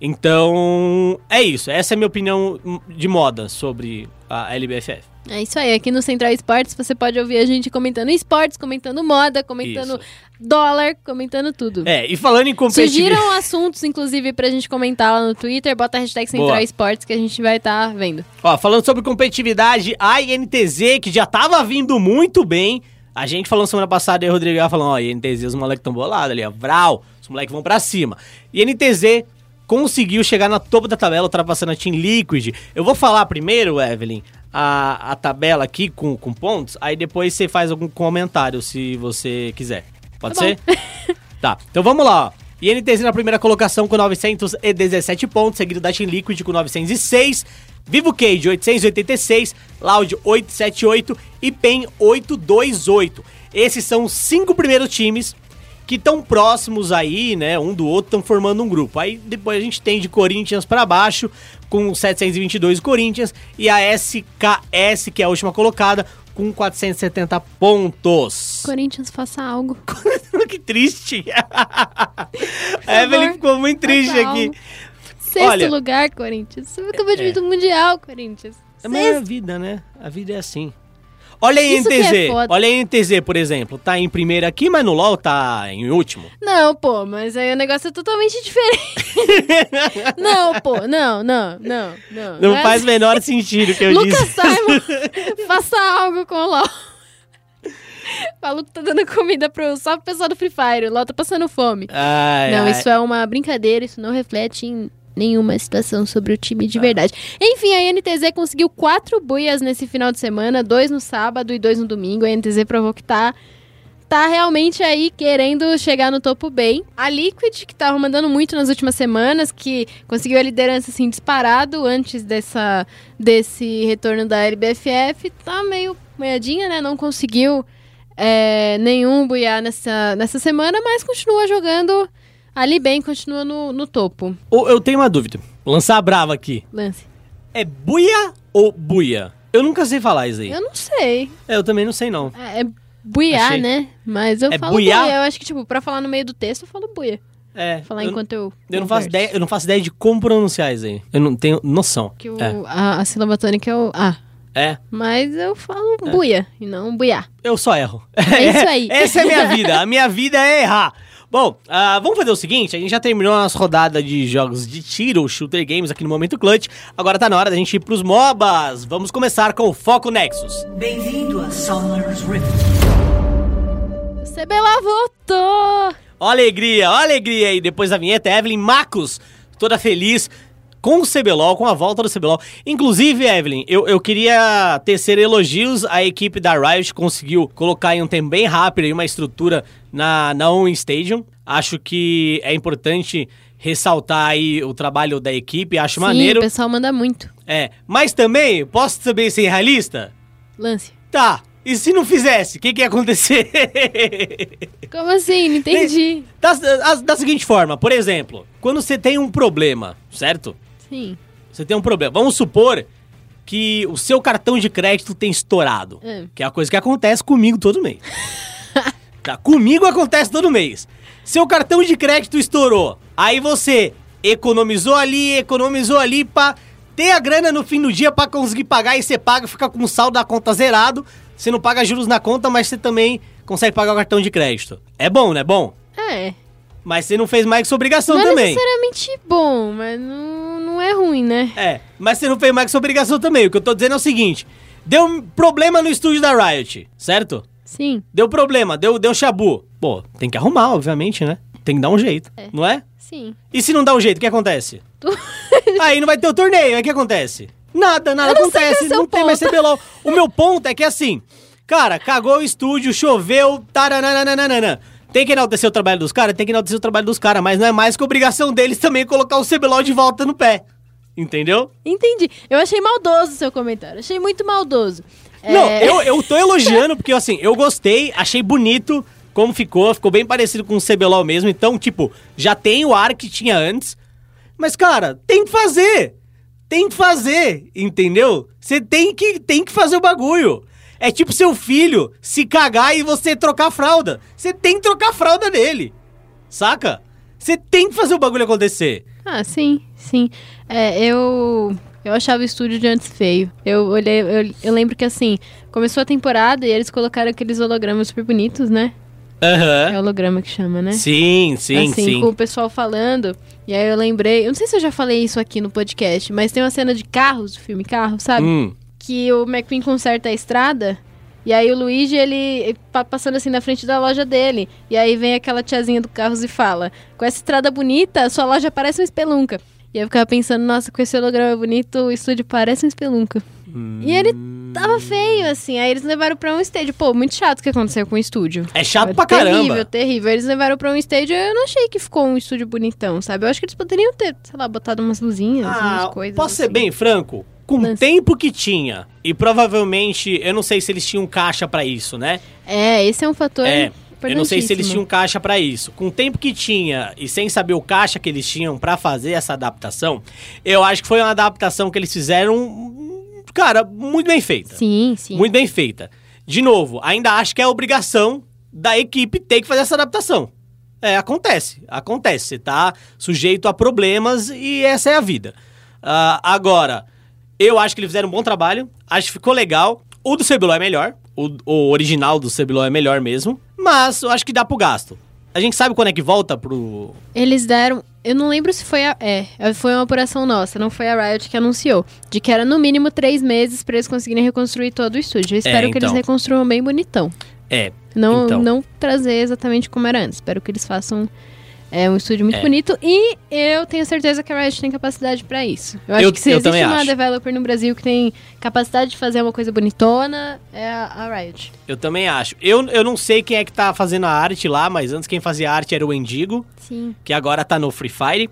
Então, é isso, essa é a minha opinião de moda sobre a L B F F. É isso aí, aqui no Central Esportes você pode ouvir a gente comentando esportes, comentando moda, comentando Isso. dólar, comentando tudo. É, e falando em competitividade... Surgiram assuntos, inclusive, pra gente comentar lá no Twitter, bota a hashtag Central Boa. Esportes que a gente vai estar vendo. Ó, falando sobre competitividade, a I N T Z, que já tava vindo muito bem, a gente falando semana passada, e o Rodrigo ia falando, ó, I N T Z, os moleques tão bolados ali, ó, vral, os moleques vão pra cima. I N T Z conseguiu chegar no topo da tabela, ultrapassando a Team Liquid. Eu vou falar primeiro, Evelyn, a, a tabela aqui com, com pontos, aí depois você faz algum comentário, se você quiser. Pode Tá ser? Tá, então vamos lá, ó. I N T Z na primeira colocação com novecentos e dezessete pontos, seguido da Team Liquid com novecentos e seis, Vivo Cage oitocentos e oitenta e seis, Loud oitocentos e setenta e oito e PEN oitocentos e vinte e oito. Esses são os cinco primeiros times que estão próximos aí, né, um do outro, estão formando um grupo. Aí depois a gente tem de Corinthians pra baixo, com setecentos e vinte e dois Corinthians, e a S K S, que é a última colocada, com quatrocentos e setenta pontos. Corinthians, faça algo. Que triste. A Evelyn ficou muito triste Faça aqui. algo. Sexto Olha, lugar, Corinthians. Você acabou de vir É. do Mundial, Corinthians. mas é a Sexto. vida, né? A vida é assim. Olha a Isso que é I N T Z, foda. olha a I N T Z, por exemplo, tá em primeiro aqui, mas no LoL tá em último. Não, pô, mas aí o negócio é totalmente diferente. Não, pô, não, não, não, não. Não é faz assim. o menor sentido o que eu Lucas disse. Simon, faça algo com o LOL. O maluco tá dando comida pro, só pro pessoal do Free Fire. O LOL tá passando fome. Ai, Não, ai. isso é uma brincadeira, isso não reflete em nenhuma situação sobre o time de verdade. Enfim, a I N T Z conseguiu quatro buias nesse final de semana, dois no sábado e dois no domingo. A I N T Z provou que tá, tá realmente aí querendo chegar no topo bem. A Liquid, que tá mandando muito nas últimas semanas, que conseguiu a liderança assim disparado antes dessa, desse retorno da L B F F, tá meio moedinha, né? Não conseguiu é, nenhum buiar nessa, nessa semana, mas continua jogando ali bem, continua no, no topo. Ô, eu tenho uma dúvida. Vou lançar a brava aqui. Lance. É buia ou buia? Eu nunca sei falar isso aí. Eu não sei. É, eu também não sei, não. É, é buiar, Achei. né? Mas eu É falo buiar? buia. Eu acho que, tipo, pra falar no meio do texto, eu falo buia. É. Falar eu, enquanto eu. eu não faço converso. ideia, eu não faço ideia de como pronunciar isso aí. Eu não tenho noção. Que o, É. a, a sílaba tônica é o A. É. Mas eu falo buia e não buiar. Eu só erro. É isso aí. Essa é a minha vida. A minha vida é errar. Bom, uh, vamos fazer o seguinte, a gente já terminou a nossa rodada de jogos de tiro, shooter games aqui no Momento Clutch. Agora tá na hora da gente ir pros MOBAs. Vamos começar com o Foco Nexus. Bem-vindo a Summoner's Rift. O C B L O A voltou! Ó alegria, ó alegria aí. Depois da vinheta, Evelyn Macos, toda feliz com o C B L O, com a volta do C B L O. Inclusive, Evelyn, eu, eu queria tecer elogios. A equipe da Riot conseguiu colocar em um tempo bem rápido aí uma estrutura na, na Owen Stadium. Acho que é importante ressaltar aí o trabalho da equipe, acho Sim, maneiro. o pessoal manda muito. É, mas também, posso também ser realista? Lance. Tá, e se não fizesse, o que, que ia acontecer? Como assim? Não entendi. Da, da, da seguinte forma, por exemplo, quando você tem um problema, certo? Sim. Você tem um problema. Vamos supor que o seu cartão de crédito tem estourado. É. Que é a coisa que acontece comigo todo mês. Tá? Comigo acontece todo mês. Seu cartão de crédito estourou. Aí você economizou ali, economizou ali pra ter a grana no fim do dia pra conseguir pagar. E você paga, fica com o saldo da conta zerado. Você não paga juros na conta, mas você também consegue pagar o cartão de crédito. É bom, não é bom? É. Mas você não fez mais que sua obrigação Não é também. necessariamente bom, mas não, não é ruim, né? É, mas você não fez mais que sua obrigação também. O que eu tô dizendo é o seguinte: deu um problema no estúdio da Riot, certo? Sim. Deu problema, deu, deu chabu. Pô, tem que arrumar, obviamente, né? Tem que dar um jeito, É. não é? Sim. E se não dá um jeito, o que acontece? Tu... Aí não vai ter o torneio, aí o que acontece? Nada, nada Eu não sei acontece, qual é o seu não tem mais ponto. C B L O. O meu ponto é que assim, cara, cagou o estúdio, choveu, tarananana. Tem que enaltecer o trabalho dos caras? Tem que enaltecer o trabalho dos caras, mas não é mais que obrigação deles também colocar o C B L O de volta no pé. Entendeu? Entendi. Eu achei maldoso o seu comentário. Achei muito maldoso. Não, É, eu, eu tô elogiando porque, assim, eu gostei, achei bonito como ficou, ficou bem parecido com o C B L O mesmo. Então, tipo, já tem o ar que tinha antes. Mas, cara, tem que fazer. Tem que fazer, entendeu? Você tem que, tem que fazer o bagulho. É tipo seu filho se cagar e você trocar a fralda. Você tem que trocar a fralda dele, saca? Você tem que fazer o bagulho acontecer. Ah, sim, sim. É, eu... Eu achava o estúdio de antes feio. Eu olhei... Eu, eu lembro que, assim, começou a temporada e eles colocaram aqueles hologramas super bonitos, né? Aham. É holograma que chama, né? Sim, sim, assim, sim. com o pessoal falando. E aí eu lembrei... Eu não sei se eu já falei isso aqui no podcast, mas tem uma cena de carros, do filme Carro, sabe? Hum. Que o McQueen conserta a estrada... E aí o Luigi, ele tá passando assim na frente da loja dele. E aí vem aquela tiazinha do Carros e fala: com essa estrada bonita, sua loja parece uma espelunca. E aí eu ficava pensando, nossa, com esse holograma bonito, o estúdio parece um espelunca. Hum. E ele tava feio, assim. Aí eles levaram pra um estádio. Pô, muito chato o que aconteceu com o estúdio. É chato Foi pra terrível, caramba. terrível. Eles levaram pra um estádio e eu não achei que ficou um estúdio bonitão, sabe? Eu acho que eles poderiam ter, sei lá, botado umas luzinhas, Ah, umas coisas. posso ser assim. bem franco? Com o Lance. tempo que tinha, e provavelmente, eu não sei se eles tinham caixa pra isso, né? É, esse é um fator. É, eu não sei se eles importantíssimo. tinham caixa pra isso. Com o tempo que tinha e sem saber o caixa que eles tinham pra fazer essa adaptação, eu acho que foi uma adaptação que eles fizeram, cara, muito bem feita. Sim, sim. Muito bem feita. De novo, ainda acho que é obrigação da equipe ter que fazer essa adaptação. É, acontece, acontece. Você tá sujeito a problemas e essa é a vida. Ah, agora, eu acho que eles fizeram um bom trabalho, acho que ficou legal. O do C B L O é melhor, o, o original do C B L O é melhor mesmo, mas eu acho que dá pro gasto. A gente sabe quando é que volta pro... Eles deram... Eu não lembro se foi a... É, foi uma apuração nossa, não foi a Riot que anunciou. De que era no mínimo três meses pra eles conseguirem reconstruir todo o estúdio. Eu espero que eles então. reconstruam bem bonitão. É, Não, então. não trazer exatamente como era antes. Espero que eles façam é, um estúdio muito É. bonito. E eu tenho certeza que a Riot tem capacidade pra isso. Eu acho Eu- que se eu existe também uma acho. developer no Brasil que tem capacidade de fazer uma coisa bonitona, é a, a Riot. Eu também acho. Eu, eu não sei quem é que tá fazendo a arte lá, mas antes quem fazia a arte era o Endigo, Sim. que agora tá no Free Fire.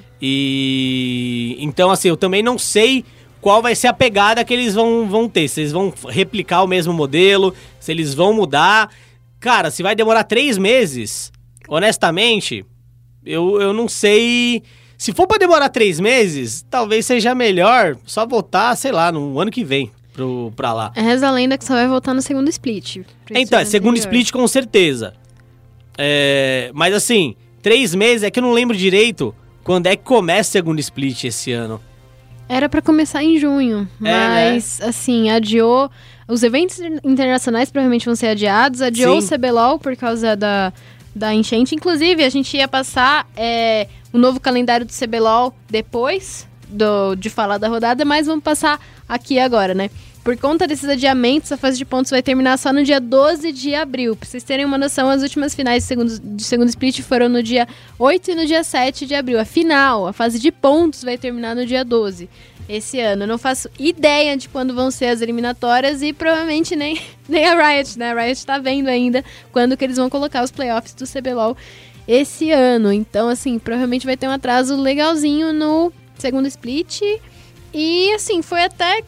E então, assim, eu também não sei qual vai ser a pegada que eles vão, vão ter. Se eles vão replicar o mesmo modelo, se eles vão mudar. Cara, se vai demorar três meses, honestamente, eu, eu não sei. Se for pra demorar três meses, talvez seja melhor só voltar, sei lá, no ano que vem pro, pra lá. Reza a lenda que só vai voltar no segundo split. Pro Então, é estúdio segundo anterior. split com certeza. É, mas assim, três meses é que eu não lembro direito quando é que começa o segundo split esse ano. Era pra começar em junho, É, né? mas, assim, adiou... Os eventos internacionais provavelmente vão ser adiados. Adiou Sim. o C B L O L por causa da, da enchente. Inclusive, a gente ia passar é, o novo calendário do C B L O L depois do, de falar da rodada, mas vamos passar aqui agora, né? Por conta desses adiamentos, a fase de pontos vai terminar só no dia doze de abril. Pra vocês terem uma noção, as últimas finais de segundo, de segundo split foram no dia oito e no dia sete de abril. A final, a fase de pontos, vai terminar no dia doze esse ano. Eu não faço ideia de quando vão ser as eliminatórias e provavelmente nem, nem a Riot, né? A Riot tá vendo ainda quando que eles vão colocar os playoffs do C B L O L esse ano. Então, assim, provavelmente vai ter um atraso legalzinho no segundo split. E, assim, foi até...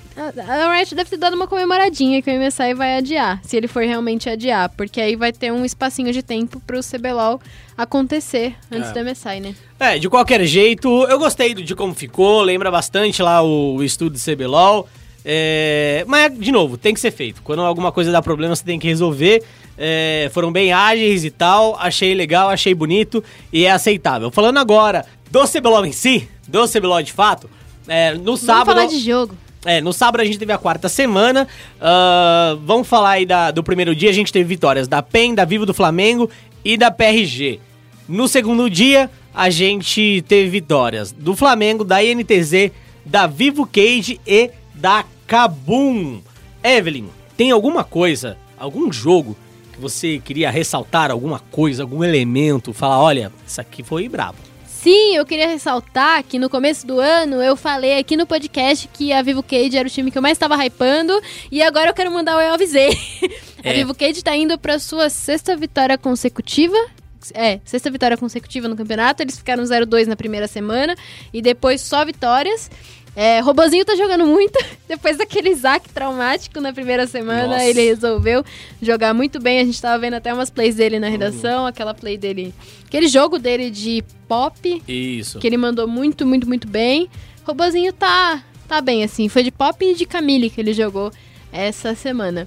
A Riot deve ter dado uma comemoradinha que o M S I vai adiar, se ele for realmente adiar, porque aí vai ter um espacinho de tempo pro C B L O L acontecer antes é. do M S I, né? É, de qualquer jeito, eu gostei de como ficou, lembra bastante lá o, o estudo do C B L O L, é, mas, de novo, tem que ser feito. Quando alguma coisa dá problema, você tem que resolver. É, foram bem ágeis e tal, achei legal, achei bonito e é aceitável. Falando agora do C B L O L em si, do C B L O L de fato, é, no sábado... Vamos falar de jogo. É, no sábado a gente teve a quarta semana, uh, vamos falar aí da, do primeiro dia, a gente teve vitórias da P E N, da Vivo do Flamengo e da P R G. No segundo dia, a gente teve vitórias do Flamengo, da I N T Z, da Vivo Cage e da Kabum. Evelyn, tem alguma coisa, algum jogo que você queria ressaltar, alguma coisa, algum elemento, falar, olha, isso aqui foi brabo? Sim, eu queria ressaltar que no começo do ano eu falei aqui no podcast que a Vivo Cage era o time que eu mais estava hypando e agora eu quero mandar o eu avisei. É. A Vivo Cage tá indo pra sua sexta vitória consecutiva. É, sexta vitória consecutiva no campeonato. Eles ficaram zero dois na primeira semana e depois só vitórias. É, Robozinho tá jogando muito. Depois daquele Isaac traumático na primeira semana, Nossa. Ele resolveu jogar muito bem. A gente tava vendo até umas plays dele na redação, uhum. aquela play dele, aquele jogo dele de pop. Isso. Que ele mandou muito, muito, muito bem. Robozinho tá, tá bem, assim. Foi de pop e de Camille que ele jogou essa semana.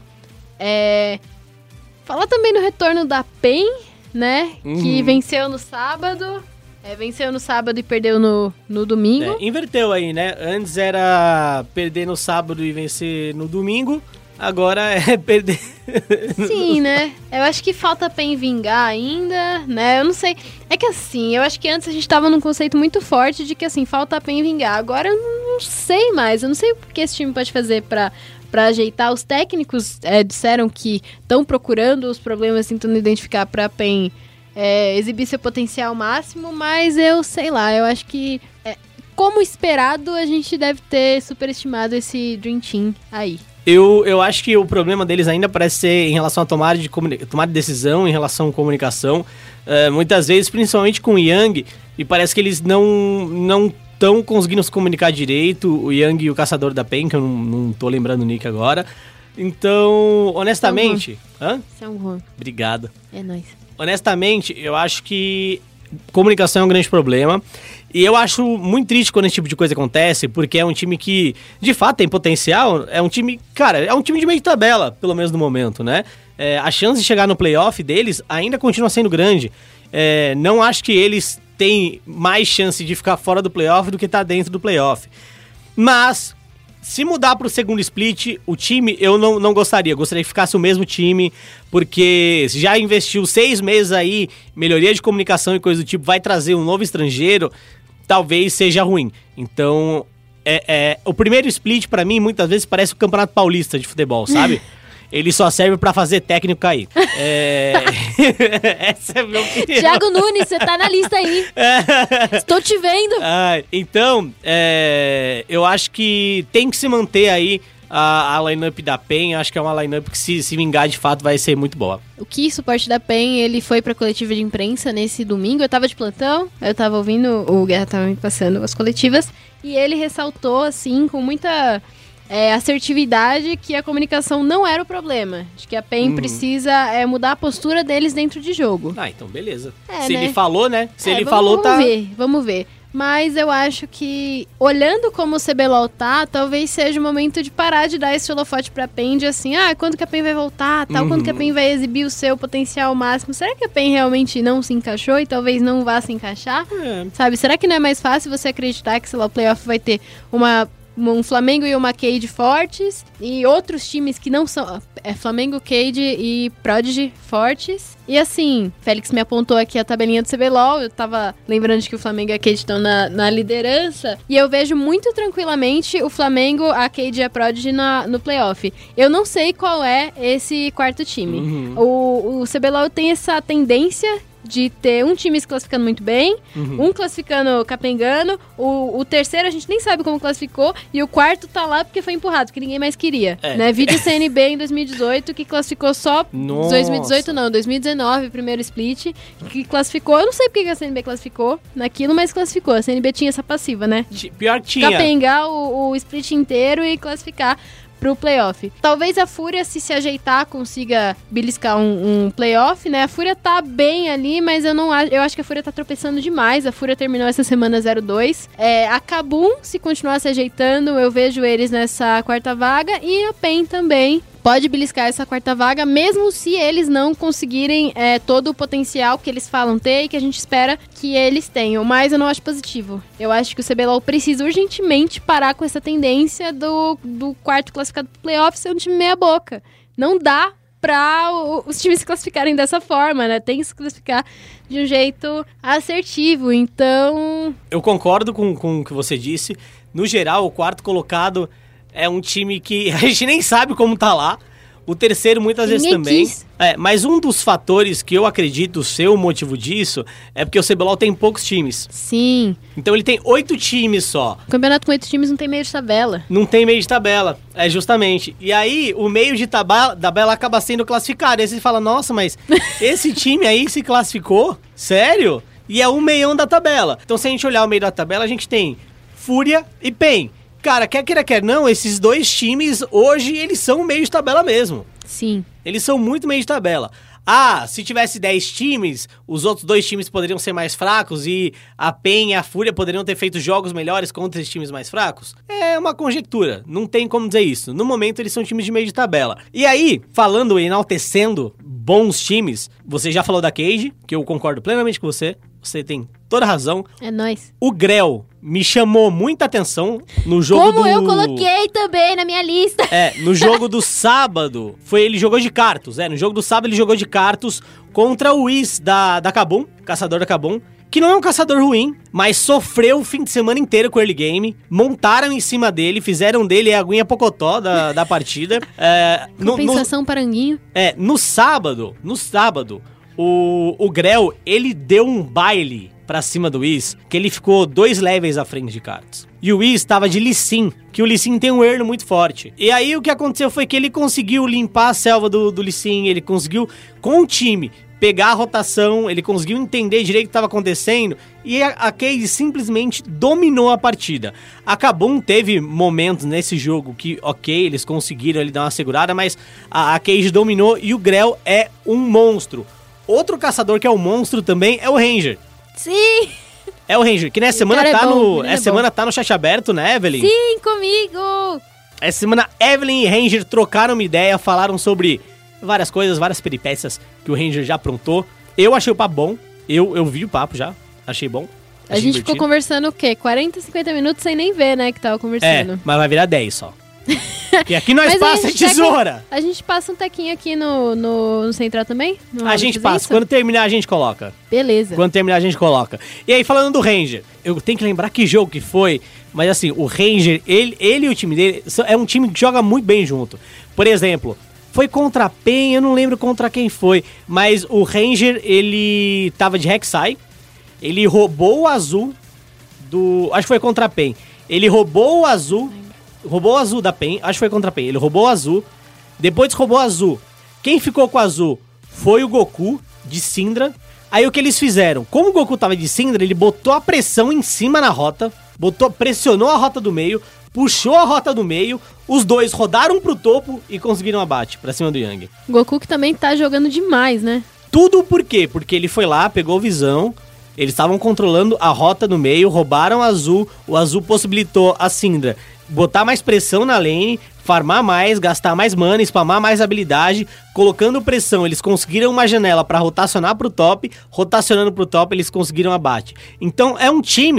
É, falar também no retorno da P E N, né? Uhum. Que venceu no sábado. É, venceu no sábado e perdeu no, no domingo. É, inverteu aí, né? Antes era perder no sábado e vencer no domingo. Agora é perder... Sim, né? Eu acho que falta a P E N vingar ainda, né? Eu não sei. É que assim, eu acho que antes a gente tava num conceito muito forte de que assim, falta a P E N vingar. Agora eu não sei mais. Eu não sei o que esse time pode fazer pra... Pra ajeitar, os técnicos é, disseram que estão procurando os problemas, tentando identificar pra P E N é, exibir seu potencial máximo, mas eu sei lá, eu acho que, é, como esperado, a gente deve ter superestimado esse Dream Team aí. Eu, eu acho que o problema deles ainda parece ser em relação à tomada de, comuni- tomada de decisão, em relação à comunicação, é, muitas vezes, principalmente com o Yang, e parece que eles não... não estão conseguindo se comunicar direito, o Yang e o caçador da P E N, que eu não, não tô lembrando o nick agora. Então, honestamente... Hã? São Juan. Obrigado. É nóis. Honestamente, eu acho que comunicação é um grande problema. E eu acho muito triste quando esse tipo de coisa acontece, porque é um time que, de fato, tem potencial. É um time, cara, é um time de meio de tabela, pelo menos no momento, né? É, a chance de chegar no playoff deles ainda continua sendo grande. É, não acho que eles têm mais chance de ficar fora do playoff do que tá dentro do playoff. Mas, se mudar pro segundo split, o time eu não, não gostaria. Eu gostaria que ficasse o mesmo time, porque já investiu seis meses aí, melhoria de comunicação e coisa do tipo, vai trazer um novo estrangeiro, talvez seja ruim. Então, é, é, o primeiro split, pra mim, muitas vezes parece o Campeonato Paulista de futebol, sabe? Ele só serve pra fazer técnico cair. É... Essa é a minha opinião. Thiago Nunes, você tá na lista aí. Estou te vendo. Ah, então, é... eu acho que tem que se manter aí a, a line-up da P E N. Acho que é uma line-up que, se, se vingar de fato, vai ser muito boa. O que suporte da P E N, ele foi pra coletiva de imprensa nesse domingo. Eu tava de plantão, eu tava ouvindo, o Guerra tava me passando as coletivas, e ele ressaltou, assim, com muita... É, assertividade, que a comunicação não era o problema. De que a P E N uhum. precisa é, mudar a postura deles dentro de jogo. Ah, então beleza. É, Se né? ele falou, né? Se é, ele vamos, falou, vamos tá... Vamos ver, vamos ver. Mas eu acho que, olhando como o C B L O L tá, talvez seja o momento de parar de dar esse holofote pra P E N, de assim, ah, quando que a P E N vai voltar, tal, uhum. quando que a P E N vai exibir o seu potencial máximo. Será que a P E N realmente não se encaixou e talvez não vá se encaixar? É. Sabe, será que não é mais fácil você acreditar que, sei lá, o playoff vai ter uma... um Flamengo e uma Cade fortes, e outros times que não são... É Flamengo, Cade e Prodigy fortes. E assim, Félix me apontou aqui a tabelinha do C B L O L, eu tava lembrando de que o Flamengo e a Cade estão na, na liderança, e eu vejo muito tranquilamente o Flamengo, a Cade e a Prodigy na, no playoff. Eu não sei qual é esse quarto time. Uhum. O, o C B L O L tem essa tendência de ter um time se classificando muito bem, uhum. um classificando capengando, o, o terceiro a gente nem sabe como classificou, e o quarto tá lá porque foi empurrado, porque ninguém mais queria. É. Né? Vídeo C N B em dois mil e dezoito, que classificou só... Nossa. dois mil e dezoito não, dois mil e dezenove, primeiro split, que classificou, eu não sei porque a C N B classificou naquilo, mas classificou. A C N B tinha essa passiva, né? Pior que tinha. Capengar o, o split inteiro e classificar pro playoff. Talvez a Fúria, se se ajeitar, consiga beliscar um, um playoff, né? A Fúria tá bem ali, mas eu não acho, eu acho que a Fúria tá tropeçando demais. A Fúria terminou essa semana zero dois. É, a Kabum, se continuar se ajeitando, eu vejo eles nessa quarta vaga, e a P E N também pode beliscar essa quarta vaga, mesmo se eles não conseguirem é, todo o potencial que eles falam ter e que a gente espera que eles tenham. Mas eu não acho positivo. Eu acho que o C B L O L precisa urgentemente parar com essa tendência do, do quarto classificado pro playoff ser um time meia boca. Não dá pra os times se classificarem dessa forma, né? Tem que se classificar de um jeito assertivo, então... Eu concordo com, com o que você disse. No geral, o quarto colocado é um time que a gente nem sabe como tá lá. O terceiro, muitas vezes também. É, mas um dos fatores que eu acredito ser o motivo disso é porque o C B L O L tem poucos times. Sim. Então ele tem oito times só. O campeonato com oito times não tem meio de tabela. Não tem meio de tabela, é justamente. E aí, o meio de tabela, tabela acaba sendo classificado. Aí você fala, nossa, mas esse time aí se classificou? Sério? E é o meião da tabela. Então se a gente olhar o meio da tabela, a gente tem Fúria e P E N. Cara, quer queira, quer não, esses dois times, hoje, eles são meio de tabela mesmo. Sim. Eles são muito meio de tabela. Ah, se tivesse dez times, os outros dois times poderiam ser mais fracos e a P E N e a Fúria poderiam ter feito jogos melhores contra esses times mais fracos? É uma conjectura, não tem como dizer isso. No momento, eles são times de meio de tabela. E aí, falando e enaltecendo bons times, você já falou da Cade, que eu concordo plenamente com você. Você tem toda a razão. É nóis. O Grell me chamou muita atenção no jogo Como do... eu coloquei também na minha lista. É, no jogo do sábado, foi ele jogou de Cartus, é, no jogo do sábado ele jogou de Cartus contra o Wiz da, da Kabum, caçador da Kabum, que não é um caçador ruim, mas sofreu o fim de semana inteiro com o early game, montaram em cima dele, fizeram dele a aguinha pocotó da, da partida. É, Compensação no, no, paranguinho. É, no sábado, no sábado, o, o Grell, ele deu um baile pra cima do Wiz, que ele ficou dois levels à frente de Cartus. E o Wiz tava de Lee Sin, que o Lee Sin tem um early muito forte. E aí o que aconteceu foi que ele conseguiu limpar a selva do, do Lee Sin, ele conseguiu, com o time, pegar a rotação, ele conseguiu entender direito o que estava acontecendo, e a, a Cade simplesmente dominou a partida. A Kabum teve momentos nesse jogo que, ok, eles conseguiram ele dar uma segurada, mas a, a Cade dominou e o Grell é um monstro. Outro caçador que é um monstro também é o Ranger. Sim! É o Ranger, que nessa semana, é tá, bom, no, é essa semana tá no chat aberto, né, Evelyn? Sim, comigo! Essa semana, Evelyn e Ranger trocaram uma ideia, falaram sobre várias coisas, várias peripécias que o Ranger já aprontou. Eu achei o papo bom, eu, eu vi o papo já, achei bom. Achei a gente divertido. Ficou conversando o quê? quarenta, cinquenta minutos sem nem ver, né, que tava conversando. É, mas vai virar dez só. Porque aqui nós passa tesoura. A gente passa um tequinho aqui no, no, no Central também? A gente passa. Isso? Quando terminar, a gente coloca. Beleza. Quando terminar, a gente coloca. E aí, falando do Ranger, eu tenho que lembrar que jogo que foi, mas assim, o Ranger, ele, ele e o time dele, é um time que joga muito bem junto. Por exemplo, foi contra a P E N, eu não lembro contra quem foi, mas o Ranger, ele tava de Rek'Sai, ele roubou o azul do... Acho que foi contra a P E N. Ele roubou o azul... Roubou o azul da P E N, acho que foi contra a P E N. Ele roubou o azul, depois roubou o azul. Quem ficou com o azul foi o Goku, de Syndra. Aí o que eles fizeram? Como o Goku tava de Syndra, ele botou a pressão em cima na rota, botou, pressionou a rota do meio, puxou a rota do meio, os dois rodaram pro topo e conseguiram abate pra cima do Yang. Goku que também tá jogando demais, né? Tudo por quê? Porque ele foi lá, pegou visão, eles estavam controlando a rota no meio, roubaram o azul, o azul possibilitou a Syndra botar mais pressão na lane, farmar mais, gastar mais mana, spamar mais habilidade, colocando pressão, eles conseguiram uma janela pra rotacionar pro top, rotacionando pro top, eles conseguiram abate. Então é um time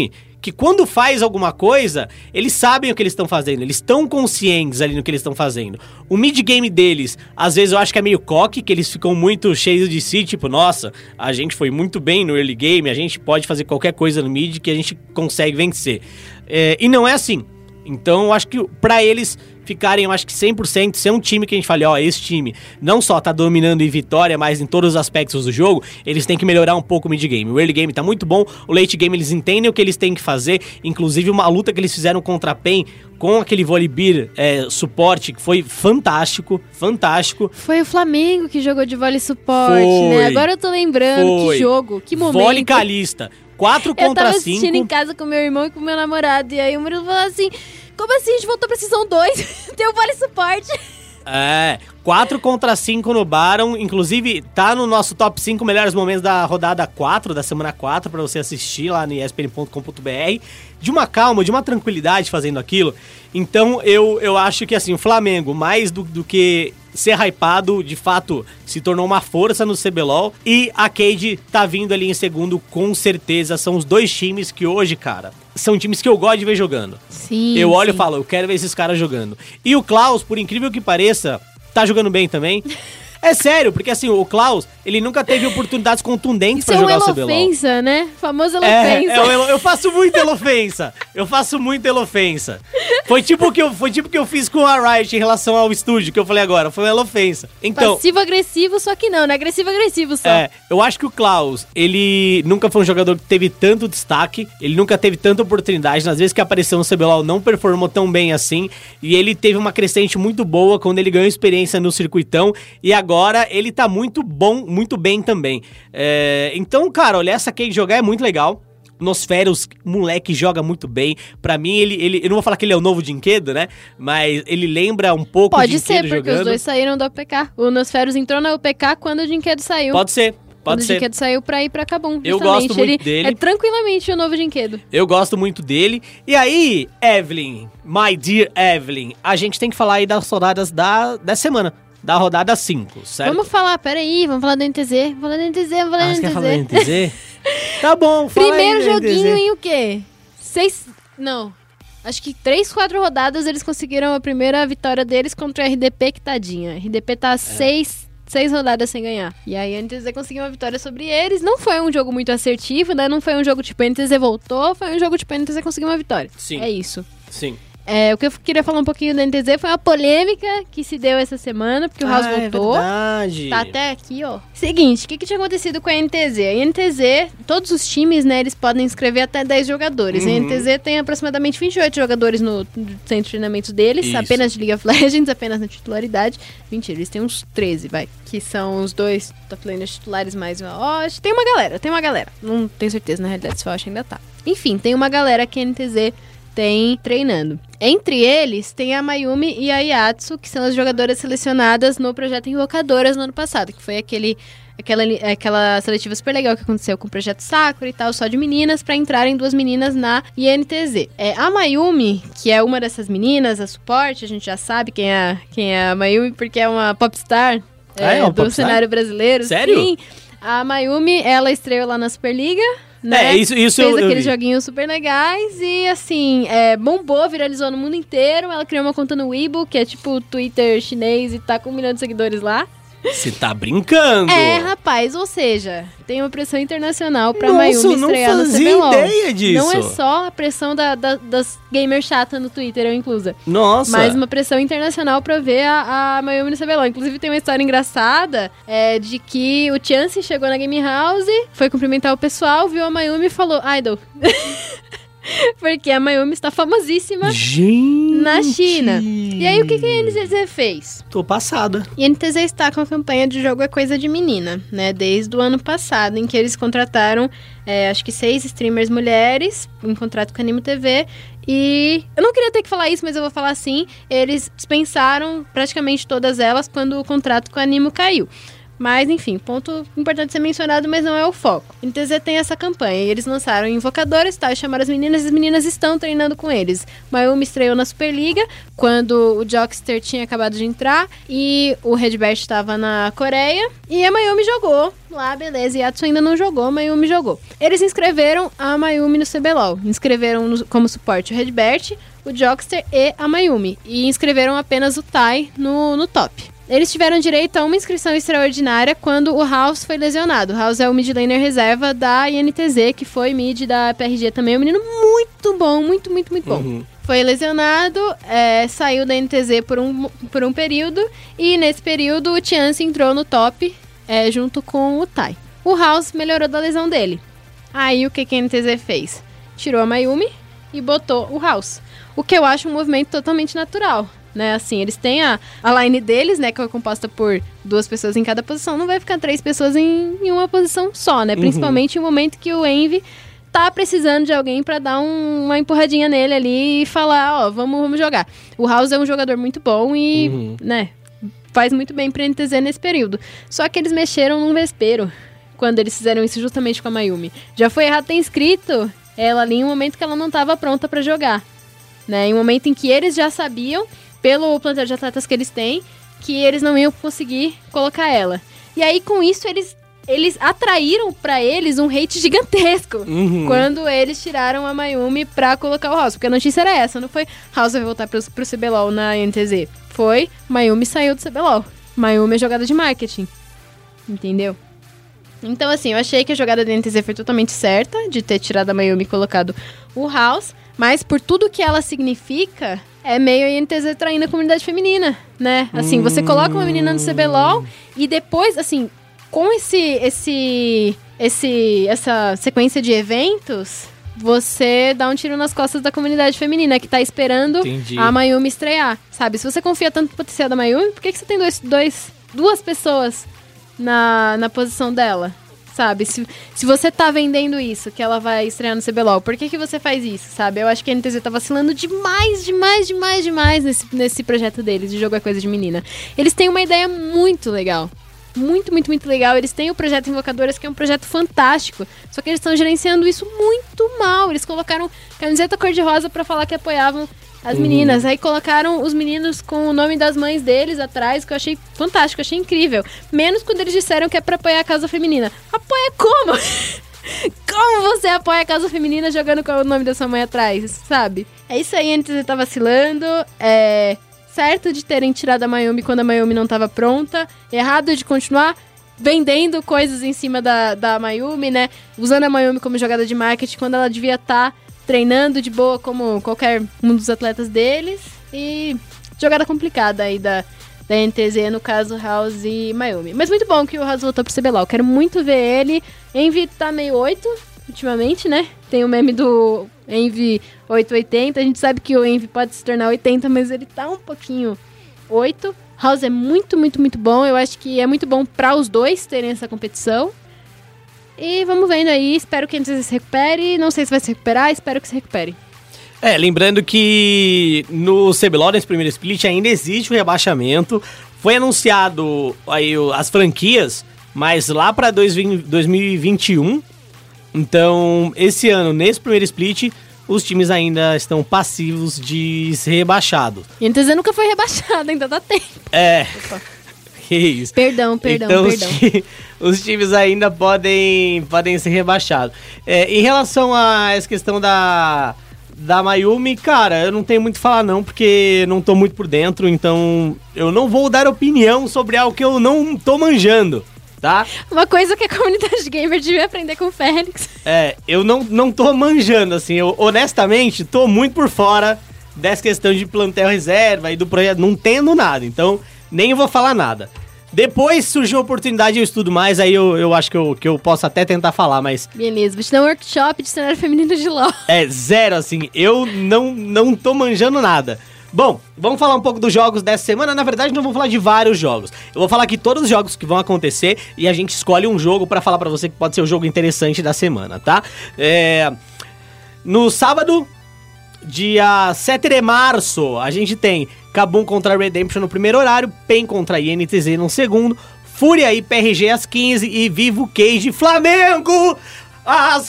que quando faz alguma coisa, eles sabem o que eles estão fazendo, eles estão conscientes ali no que eles estão fazendo. O mid-game deles, às vezes eu acho que é meio cocky, que eles ficam muito cheios de si, tipo, nossa, a gente foi muito bem no early game, a gente pode fazer qualquer coisa no mid que a gente consegue vencer. É, e não é assim. Então, eu acho que pra eles ficarem, eu acho que cem por cento, ser um time que a gente fale, ó, esse time não só tá dominando em vitória, mas em todos os aspectos do jogo, eles têm que melhorar um pouco o mid-game. O early game tá muito bom, o late game eles entendem o que eles têm que fazer, inclusive uma luta que eles fizeram contra a Pen, com aquele Volibear é, suporte, que foi fantástico, fantástico. Foi o Flamengo que jogou de vôlei suporte, Foi. né? Agora eu tô lembrando, Foi. que jogo, que momento. Vôlei calista, quatro Eu contra tava cinco. assistindo em casa com meu irmão e com meu namorado, e aí o Murilo falou assim, como assim, a gente voltou pra Season dois? Tem o vôlei suporte. É, quatro contra cinco no Baron, inclusive tá no nosso top cinco melhores momentos da rodada quatro, da semana quatro, pra você assistir lá no e s p n ponto com ponto b r, de uma calma, de uma tranquilidade fazendo aquilo. Então eu, eu acho que assim, o Flamengo, mais do, do que ser hypado, de fato se tornou uma força no C B L O L, e a Cade tá vindo ali em segundo com certeza. São os dois times que hoje, cara, são times que eu gosto de ver jogando. Sim, Eu olho sim. e falo, eu quero ver esses caras jogando. E o Klaus, por incrível que pareça, tá jogando bem também. É sério, porque assim, o Klaus, ele nunca teve oportunidades contundentes Isso pra é um jogar o C B L O L. elofensa, né? Famoso É, elofensa. é o elo- eu faço muita elofensa. Eu faço muita elofensa. Foi tipo o que eu, foi tipo o que eu fiz com a Riot em relação ao estúdio, que eu falei agora. Foi uma elofensa. Então, Passivo-agressivo, só que não, né? Agressivo-agressivo só. é, eu acho que o Klaus, ele nunca foi um jogador que teve tanto destaque, ele nunca teve tanta oportunidade, nas vezes que apareceu no C B L O L não performou tão bem assim, e ele teve uma crescente muito boa quando ele ganhou experiência no circuitão, e agora ele tá muito bom, muito bem também. É, então, cara, olha, essa Cade jogar é muito legal. Nosferos, moleque, joga muito bem. Pra mim, ele, ele... Eu não vou falar que ele é o novo Dinquedo, né? Mas ele lembra um pouco o Pode Dinquedo ser, porque jogando. os dois saíram do A P K. O Nosferos entrou na U P K quando o Dinquedo saiu. Pode ser, Quando pode o ser. Dinquedo saiu pra ir pra Kabum. Eu justamente. gosto muito Ele dele. É tranquilamente o novo Dinquedo. Eu gosto muito dele. E aí, Evelyn, my dear Evelyn, a gente tem que falar aí das rodadas da, da semana. Da rodada cinco, certo? Vamos falar, peraí, vamos falar do N T Z. Vamos falar do N T Z, vamos falar Ah, do você N T Z. quer falar do N T Z? Tá bom, fala Primeiro aí do N T Z. joguinho em o quê? Seis... Não. Acho que três, quatro rodadas eles conseguiram a primeira vitória deles contra a R D P, que tadinha. A R D P tá É. seis, seis rodadas sem ganhar. E aí a N T Z conseguiu uma vitória sobre eles. Não foi um jogo muito assertivo, né? Não foi um jogo tipo a N T Z voltou, foi um jogo tipo a N T Z conseguiu uma vitória. Sim. É isso. Sim. É, o que eu queria falar um pouquinho do N T Z foi uma polêmica que se deu essa semana, porque o House ah, voltou. É verdade. Tá até aqui, ó. Seguinte, o que, que tinha acontecido com a N T Z? A N T Z, todos os times, né, eles podem inscrever até dez jogadores. Uhum. A N T Z tem aproximadamente vinte e oito jogadores no centro de treinamento deles, Isso. apenas de League of Legends, apenas na titularidade. Mentira, eles têm uns treze, vai. Que são os dois top laners titulares mais... Ó, acho que tem uma galera, tem uma galera. Não tenho certeza, na realidade, se eu acho que ainda tá. Enfim, tem uma galera que a N T Z tem treinando. Entre eles, tem a Mayumi e a Yatsu, que são as jogadoras selecionadas no projeto Invocadoras no ano passado, que foi aquele, aquela, aquela seletiva super legal que aconteceu com o projeto Sakura e tal, só de meninas, pra entrarem duas meninas na I N T Z. É, a Mayumi, que é uma dessas meninas, a suporte, a gente já sabe quem é, quem é a Mayumi, porque é uma popstar é, Ah, é uma do popstar? cenário brasileiro. Sério? Sim. A Mayumi, ela estreou lá na Superliga, né? É, isso, isso Fez eu, eu aqueles vi. joguinhos super legais e, assim, é, bombou, viralizou no mundo inteiro. Ela criou uma conta no Weibo, que é tipo Twitter chinês e tá com um milhão de seguidores lá. Você tá brincando? É, rapaz, ou seja, tem uma pressão internacional pra Nossa, Mayumi eu não estrear no fazia C B L O L. ideia disso. Não é só a pressão da, da- das gamers chatas no Twitter, eu inclusa. Nossa. Mas uma pressão internacional pra ver a, a Mayumi no C B L O L. Inclusive tem uma história engraçada é, de que o Chance chegou na Game House, foi cumprimentar o pessoal, viu a Mayumi e falou, Idol. Porque a Mayumi está famosíssima Gente. na China. E aí o que, que a N T Z fez? Tô passada. E a N T Z está com a campanha de jogo é coisa de menina, né? Desde o ano passado, em que eles contrataram, é, acho que seis streamers mulheres, em contrato com a Animo T V. E eu não queria ter que falar isso, mas eu vou falar assim. Eles dispensaram praticamente todas elas quando o contrato com a Animo caiu. Mas, enfim, ponto importante ser mencionado, mas não é o foco. O N T Z tem essa campanha e eles lançaram invocadores, tá? E chamaram as meninas e as meninas estão treinando com eles. Mayumi estreou na Superliga, quando o Jockster tinha acabado de entrar e o Redbert estava na Coreia. E a Mayumi jogou lá, beleza. E a Yatsu ainda não jogou, a Mayumi jogou. Eles inscreveram a Mayumi no C B L O L. Inscreveram no, como suporte o Redbert, o Jockster e a Mayumi. E inscreveram apenas o Tai no, no top. Eles tiveram direito a uma inscrição extraordinária quando o House foi lesionado. O House é o mid laner reserva da I N T Z, que foi mid da P R G também. É um menino muito bom, muito, muito, muito bom. Uhum. Foi lesionado, é, saiu da I N T Z por um, por um período. E nesse período o Chance entrou no top é, junto com o Tai. O House melhorou da lesão dele. Aí o que, que a I N T Z fez? Tirou a Mayumi e botou o House. O que eu acho um movimento totalmente natural. Né, assim, eles têm a, a line deles, né, que é composta por duas pessoas em cada posição, não vai ficar três pessoas em, em uma posição só, né, principalmente uhum. no momento que o Envy tá precisando de alguém pra dar um, uma empurradinha nele ali e falar, ó, vamos, vamos jogar. O House é um jogador muito bom e, uhum. né, faz muito bem pra N T Z nesse período. Só que eles mexeram num vespeiro quando eles fizeram isso justamente com a Mayumi. Já foi errado ter inscrito ela ali em um momento que ela não tava pronta pra jogar, né, em um momento em que eles já sabiam pelo plantel de atletas que eles têm, que eles não iam conseguir colocar ela. E aí, com isso, eles, eles atraíram pra eles um hate gigantesco. Uhum. Quando eles tiraram a Mayumi pra colocar o House. Porque a notícia era essa, não foi House vai voltar pro, pro C B L O L na N T Z. Foi Mayumi saiu do C B L O L. Mayumi é jogada de marketing. Entendeu? Então, assim, eu achei que a jogada da N T Z foi totalmente certa, de ter tirado a Mayumi e colocado o House. Mas por tudo que ela significa, é meio a N T Z traindo a comunidade feminina, né? Assim, hum. você coloca uma menina no C B L O L e depois, assim, com esse, esse, esse, essa sequência de eventos, você dá um tiro nas costas da comunidade feminina que tá esperando Entendi. a Mayumi estrear, sabe? Se você confia tanto no potencial da Mayumi, por que, que você tem dois, dois, duas pessoas na, na posição dela? Sabe, se, se você tá vendendo isso, que ela vai estrear no C B L O L, por que que você faz isso, sabe? Eu acho que a N T Z tá vacilando demais, demais, demais, demais nesse, nesse projeto deles, de jogar coisa de menina. Eles têm uma ideia muito legal, muito, muito, muito legal. Eles têm o projeto Invocadoras, que é um projeto fantástico, só que eles estão gerenciando isso muito mal. Eles colocaram camiseta cor-de-rosa pra falar que apoiavam as meninas, uhum. aí colocaram os meninos com o nome das mães deles atrás, que eu achei fantástico, achei incrível. Menos quando eles disseram que é pra apoiar a causa feminina. Apoia como? Como você apoia a causa feminina jogando com o nome da sua mãe atrás, sabe? É isso aí, a N T Z tá vacilando, é certo de terem tirado a Mayumi quando a Mayumi não tava pronta, errado de continuar vendendo coisas em cima da, da Mayumi, né? Usando a Mayumi como jogada de marketing quando ela devia estar tá treinando de boa como qualquer um dos atletas deles. E jogada complicada aí da, da N T Z, no caso House e Mayumi. Mas muito bom que o House voltou pro C B L O L. Quero muito ver ele. Envy tá meio oito ultimamente, né? Tem o meme do Envy oito oitenta. A gente sabe que o Envy pode se tornar oitenta, mas ele tá um pouquinho oito. House é muito, muito, muito bom. Eu acho que é muito bom pra os dois terem essa competição. E vamos vendo aí, espero que a N T Z se recupere. Não sei se vai se recuperar, espero que se recupere. É, lembrando que no C B L O L, nesse primeiro split, ainda existe o rebaixamento. Foi anunciado aí as franquias, mas lá para dois mil e vinte e um. Então, esse ano, nesse primeiro split, os times ainda estão passivos de ser rebaixados. E a N T Z nunca foi rebaixada, ainda dá tempo. É... Opa. Que isso. Perdão, perdão, então, perdão. Os, os times ainda podem, podem ser rebaixados. É, em relação a essa questão da, da Mayumi, cara, eu não tenho muito a falar não, porque não tô muito por dentro, então eu não vou dar opinião sobre algo que eu não tô manjando, tá? Uma coisa que a comunidade gamer devia aprender com o Félix. É, eu não, não tô manjando, assim, eu honestamente tô muito por fora dessa questão de plantel reserva e do projeto, não entendo nada, então... Nem vou falar nada. Depois surgiu a oportunidade, eu estudo mais, aí eu, eu acho que eu, que eu posso até tentar falar, mas... Beleza, vou te dar um workshop de cenário feminino de LoL. É, zero, assim, eu não, não tô manjando nada. Bom, vamos falar um pouco dos jogos dessa semana. Na verdade, não vou falar de vários jogos. Eu vou falar aqui todos os jogos que vão acontecer e a gente escolhe um jogo pra falar pra você que pode ser o jogo interessante da semana, tá? É... No sábado... Dia sete de março, a gente tem Kabum contra Redemption no primeiro horário, P E N contra I N T Z no segundo, Fúria e P R G às quinze e Vivo Cage Flamengo às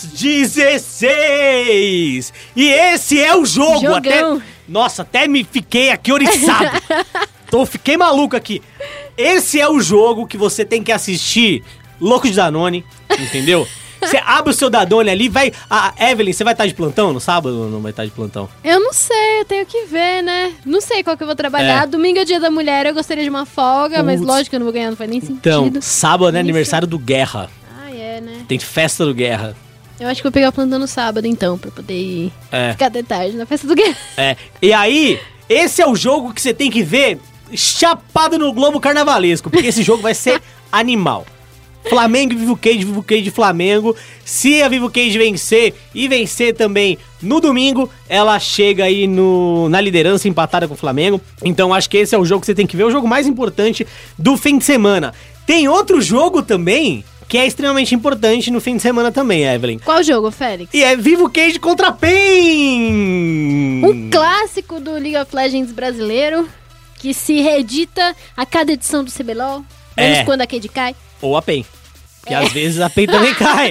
dezesseis. E esse é o jogo. Jogão. Até, nossa, até me fiquei aqui oriçado. Tô, fiquei maluco aqui. Esse é o jogo que você tem que assistir louco de Danone, entendeu? Você abre o seu Danone ali, vai... A Evelyn, você vai estar de plantão no sábado ou não vai estar de plantão? Eu não sei, eu tenho que ver, né? Não sei qual que eu vou trabalhar. É. Domingo é dia da mulher, eu gostaria de uma folga, mas Putz. lógico que eu não vou ganhar, não faz nem Então, sentido. sábado é Isso. aniversário do Guerra. Ah, é, né? Tem festa do Guerra. Eu acho que eu vou pegar o plantão no sábado, então, pra poder ir É. ficar até tarde na festa do Guerra. É. E aí, esse é o jogo que você tem que ver chapado no Globo Carnavalesco, porque esse jogo vai ser animal. Flamengo e Vivo Cage, Vivo Cage Flamengo. Se a Vivo Cage vencer e vencer também no domingo, ela chega aí no, na liderança empatada com o Flamengo. Então acho que esse é o jogo que você tem que ver, o jogo mais importante do fim de semana. Tem outro jogo também que é extremamente importante no fim de semana também, Evelyn. Qual jogo, Félix? E é Vivo Cage contra PEN! Um clássico do League of Legends brasileiro, que se reedita a cada edição do C B L O L, menos É. quando a Cade cai. Ou a PEN. Que às vezes a PEN também cai.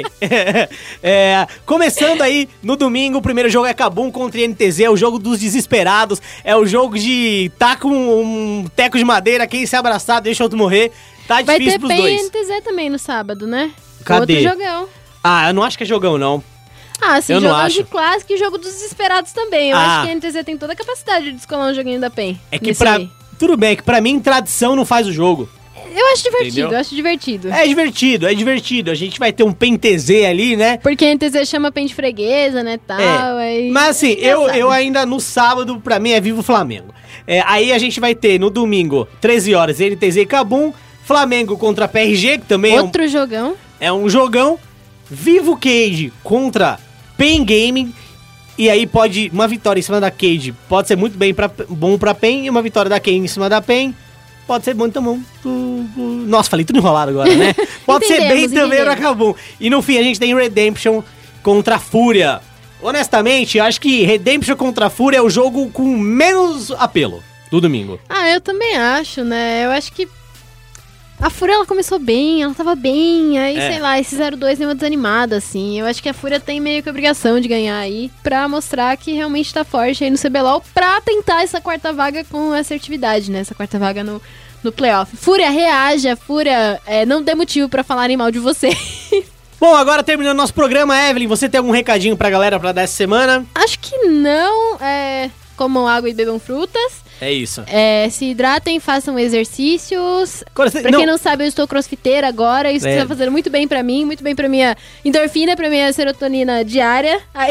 É, começando aí no domingo, o primeiro jogo é Kabum contra N T Z, é o jogo dos desesperados, é o jogo de tá com um teco de madeira, quem se abraçar deixa outro morrer. Tá Vai difícil ter pros PEN e dois. N T Z também no sábado, né? Cadê? Outro jogão. Ah, eu não acho que é jogão, não. Ah, sim, Eu não jogão acho. de clássico e jogo dos desesperados também. Eu Ah. acho que a N T Z tem toda a capacidade de descolar um joguinho da PEN. É que nesse pra... aí. Tudo bem, é que pra mim tradição não faz o jogo. Eu acho divertido, Entendeu? eu acho divertido. É divertido, é divertido. A gente vai ter um PEN T Z ali, né? Porque a N T Z chama PEN de freguesa, né, tal. aí- Mas assim, eu, Engraçado. eu ainda no sábado, pra mim, é Vivo Flamengo. É, aí a gente vai ter no domingo, treze horas, N T Z e Kabum, Flamengo contra P R G, que também Outro jogão. é um, é um jogão, Vivo Cage contra PEN Gaming, e aí pode, uma vitória em cima da Cage pode ser muito bem pra, bom pra PEN, e uma vitória da Cage em cima da PEN pode ser bom também. Nossa, falei tudo enrolado agora, né? Pode ser bem Entendemos, também pra entendemos. Kabum. E no fim a gente tem Redemption contra a Fúria. Honestamente, eu acho que Redemption contra a Fúria é o jogo com menos apelo do domingo. Ah, eu também acho, né? Eu acho que a Fúria, ela começou bem, ela tava bem, aí, É. sei lá, esse zero dois deu uma desanimada, assim. Eu acho que a Fúria tem meio que obrigação de ganhar aí, pra mostrar que realmente tá forte aí no C B L O L, pra tentar essa quarta vaga com assertividade, né? Essa quarta vaga no, no playoff. Fúria, reaja, Fúria, é, não dê motivo pra falarem mal de você. Bom, agora terminando nosso programa, Evelyn, você tem algum recadinho pra galera pra dar essa semana? Acho que não, é... Comam água e bebam frutas. É isso. É, se hidratem, façam exercícios. Agora, você- Pra não, quem não sabe, eu estou crossfiteira agora. Isso É. tá fazendo muito bem pra mim, muito bem pra minha endorfina, pra minha serotonina diária. Aí.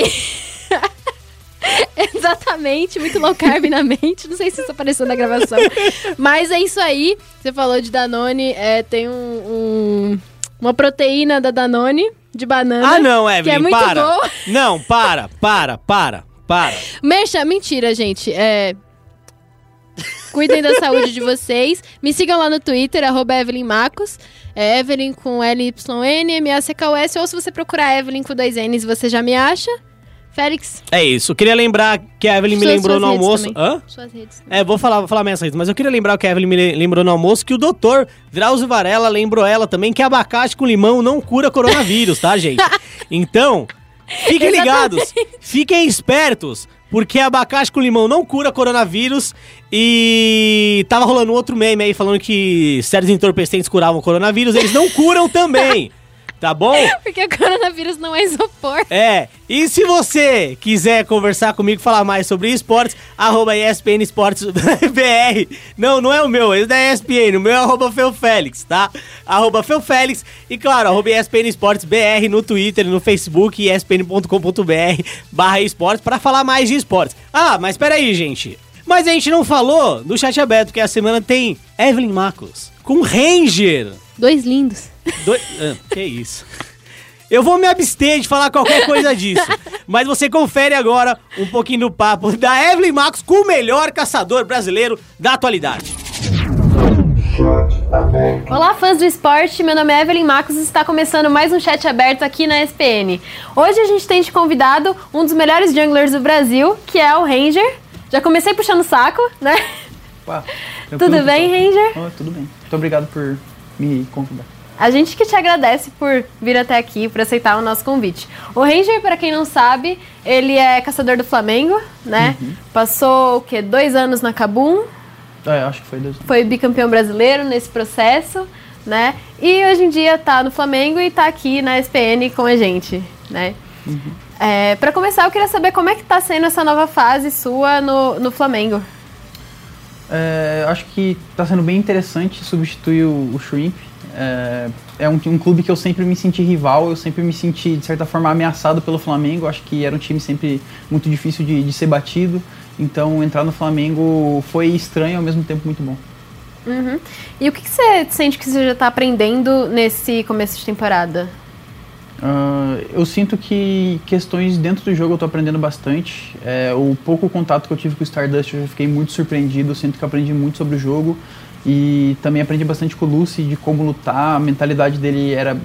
Exatamente, muito low carb na mente. Não sei se isso apareceu na gravação. Mas é isso aí. Você falou de Danone, é, tem um, um- uma proteína da Danone de banana. Ah, não, Evelyn, que é muito para. boa. Não, para, para, para, para. Mercha, mentira, gente. É. Cuidem da saúde de vocês. Me sigam lá no Twitter, arroba Evelyn Macos. É Evelyn com L Y N, M A C K U S. Ou se você procurar Evelyn com dois N's, você já me acha. Félix, É isso. Eu queria lembrar que a Evelyn me suas- lembrou suas no redes almoço. também. Hã? Suas redes. É, vou falar, vou falar minhas redes, mas eu queria lembrar que a Evelyn me le- lembrou no almoço que o doutor Drauzio Varela lembrou ela também que abacate com limão não cura coronavírus, tá, gente? Então, fiquem ligados, fiquem espertos, porque abacate com limão não cura coronavírus e tava rolando outro meme aí falando que certos entorpecentes curavam coronavírus, eles não curam também. Tá bom? Porque o coronavírus não é isopor. É, e se você quiser conversar comigo, falar mais sobre esportes, arroba E S P N Esportes B R. Não, não é o meu, esse da E S P N, o meu é arroba Feufélix, tá? Arroba Feufélix e claro, arroba E S P N Esportes B R no Twitter, no Facebook, E S P N ponto com ponto B R barra esportes pra falar mais de esportes. Ah, mas peraí, gente. Mas a gente não falou do chat aberto, porque a semana tem Evelyn Macos com Ranger. Dois lindos. Doi- ah, que isso. Eu vou me abster de falar qualquer coisa disso. Mas você confere agora um pouquinho do papo da Evelyn Macos com o melhor caçador brasileiro da atualidade. Olá, fãs do esporte, meu nome é Evelyn Macos e está começando mais um chat aberto aqui na E S P N. Hoje a gente tem de convidado um dos melhores junglers do Brasil, que é o Ranger. Já comecei puxando o saco, né? Opa, Tudo bem, Ranger? Oh, tudo bem. Muito obrigado por me convidar. A gente que te agradece por vir até aqui, por aceitar o nosso convite. O Ranger, para quem não sabe, ele é caçador do Flamengo, né? Uhum. Passou, o quê? Dois anos na Kabum. É, acho que foi dois anos. Foi bicampeão brasileiro nesse processo, né? E hoje em dia tá no Flamengo e tá aqui na S P N com a gente, né? Uhum. É, para começar, eu queria saber como é que tá sendo essa nova fase sua no, no Flamengo. É, acho que tá sendo bem interessante substituir o, o Shrimp. É, é um, um clube que eu sempre me senti rival, eu sempre me senti, de certa forma, ameaçado pelo Flamengo. Acho que era um time sempre muito difícil de, de ser batido. Então, entrar no Flamengo foi estranho e, ao mesmo tempo, muito bom. Uhum. E o que, que você sente que você já está aprendendo nesse começo de temporada? Uh, eu sinto que questões dentro do jogo eu estou aprendendo bastante. É, o pouco contato que eu tive com o Stardust, eu já fiquei muito surpreendido. Eu sinto que eu aprendi muito sobre o jogo. E também aprendi bastante com o Lucy de como lutar. A mentalidade dele era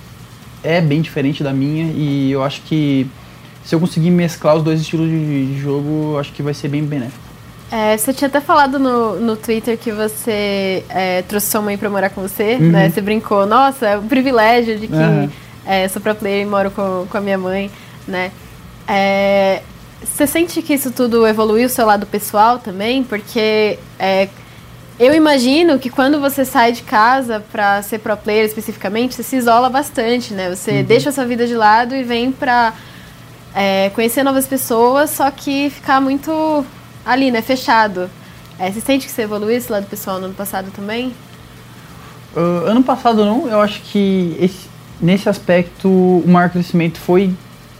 é bem diferente da minha. E eu acho que se eu conseguir mesclar os dois estilos de, de jogo, eu acho que vai ser bem benéfico. É, você tinha até falado no, no Twitter que você é, trouxe sua mãe pra morar com você, uhum. né? Você brincou, nossa, é um privilégio de que uhum. é, sou pro player e moro com, com a minha mãe, né? É, você sente que isso tudo evoluiu o seu lado pessoal também? Porque é, eu imagino que quando você sai de casa pra ser pro player especificamente, você se isola bastante, né? Você uhum. deixa a sua vida de lado e vem pra é, conhecer novas pessoas, só que ficar muito ali, né? Fechado. É, você sente que você evoluiu esse lado pessoal no ano passado também? Uh, ano passado não, eu acho que esse, nesse aspecto o maior crescimento foi